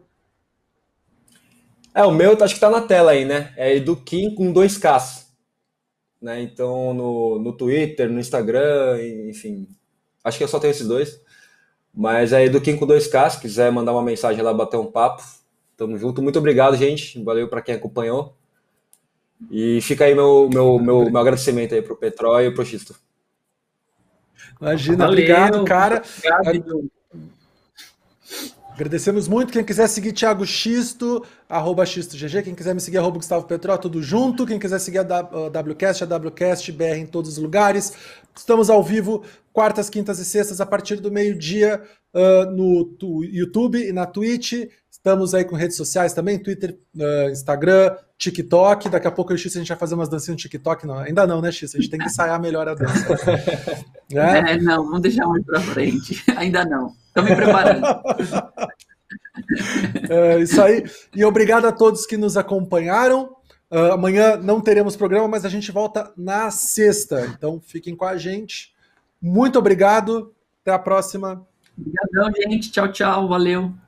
O meu acho que tá na tela aí, né? É Eduquim com dois Ks, né? Então no Twitter, no Instagram, enfim, acho que eu só tenho esses dois. Mas é Eduquim com dois Ks, se quiser mandar uma mensagem lá, bater um papo. Tamo junto. Muito obrigado, gente. Valeu para quem acompanhou. E fica aí meu agradecimento aí pro Petró e pro Xisto. Imagina, obrigado, Valeu. Muito cara. obrigado, Edu. Agradecemos muito. Quem quiser seguir Thiago Xisto, @XistoGG. Quem quiser me seguir, @Gustavo Petró, tudo junto. Quem quiser seguir a WCast, a WCast BR em todos os lugares. Estamos ao vivo, quartas, quintas e sextas, a partir do meio-dia, no YouTube e na Twitch. Estamos aí com redes sociais também, Twitter, Instagram, TikTok. Daqui a pouco eu e o X a gente vai fazer umas dancinhas no TikTok. Não, ainda não, né, X? A gente tem que ensaiar melhor a dança. Né? Não, vamos deixar mais pra frente. Ainda não. Estou me preparando. É isso aí. E obrigado a todos que nos acompanharam. Amanhã não teremos programa, mas a gente volta na sexta. Então fiquem com a gente. Muito obrigado. Até a próxima. Obrigadão, gente. Tchau, tchau. Valeu.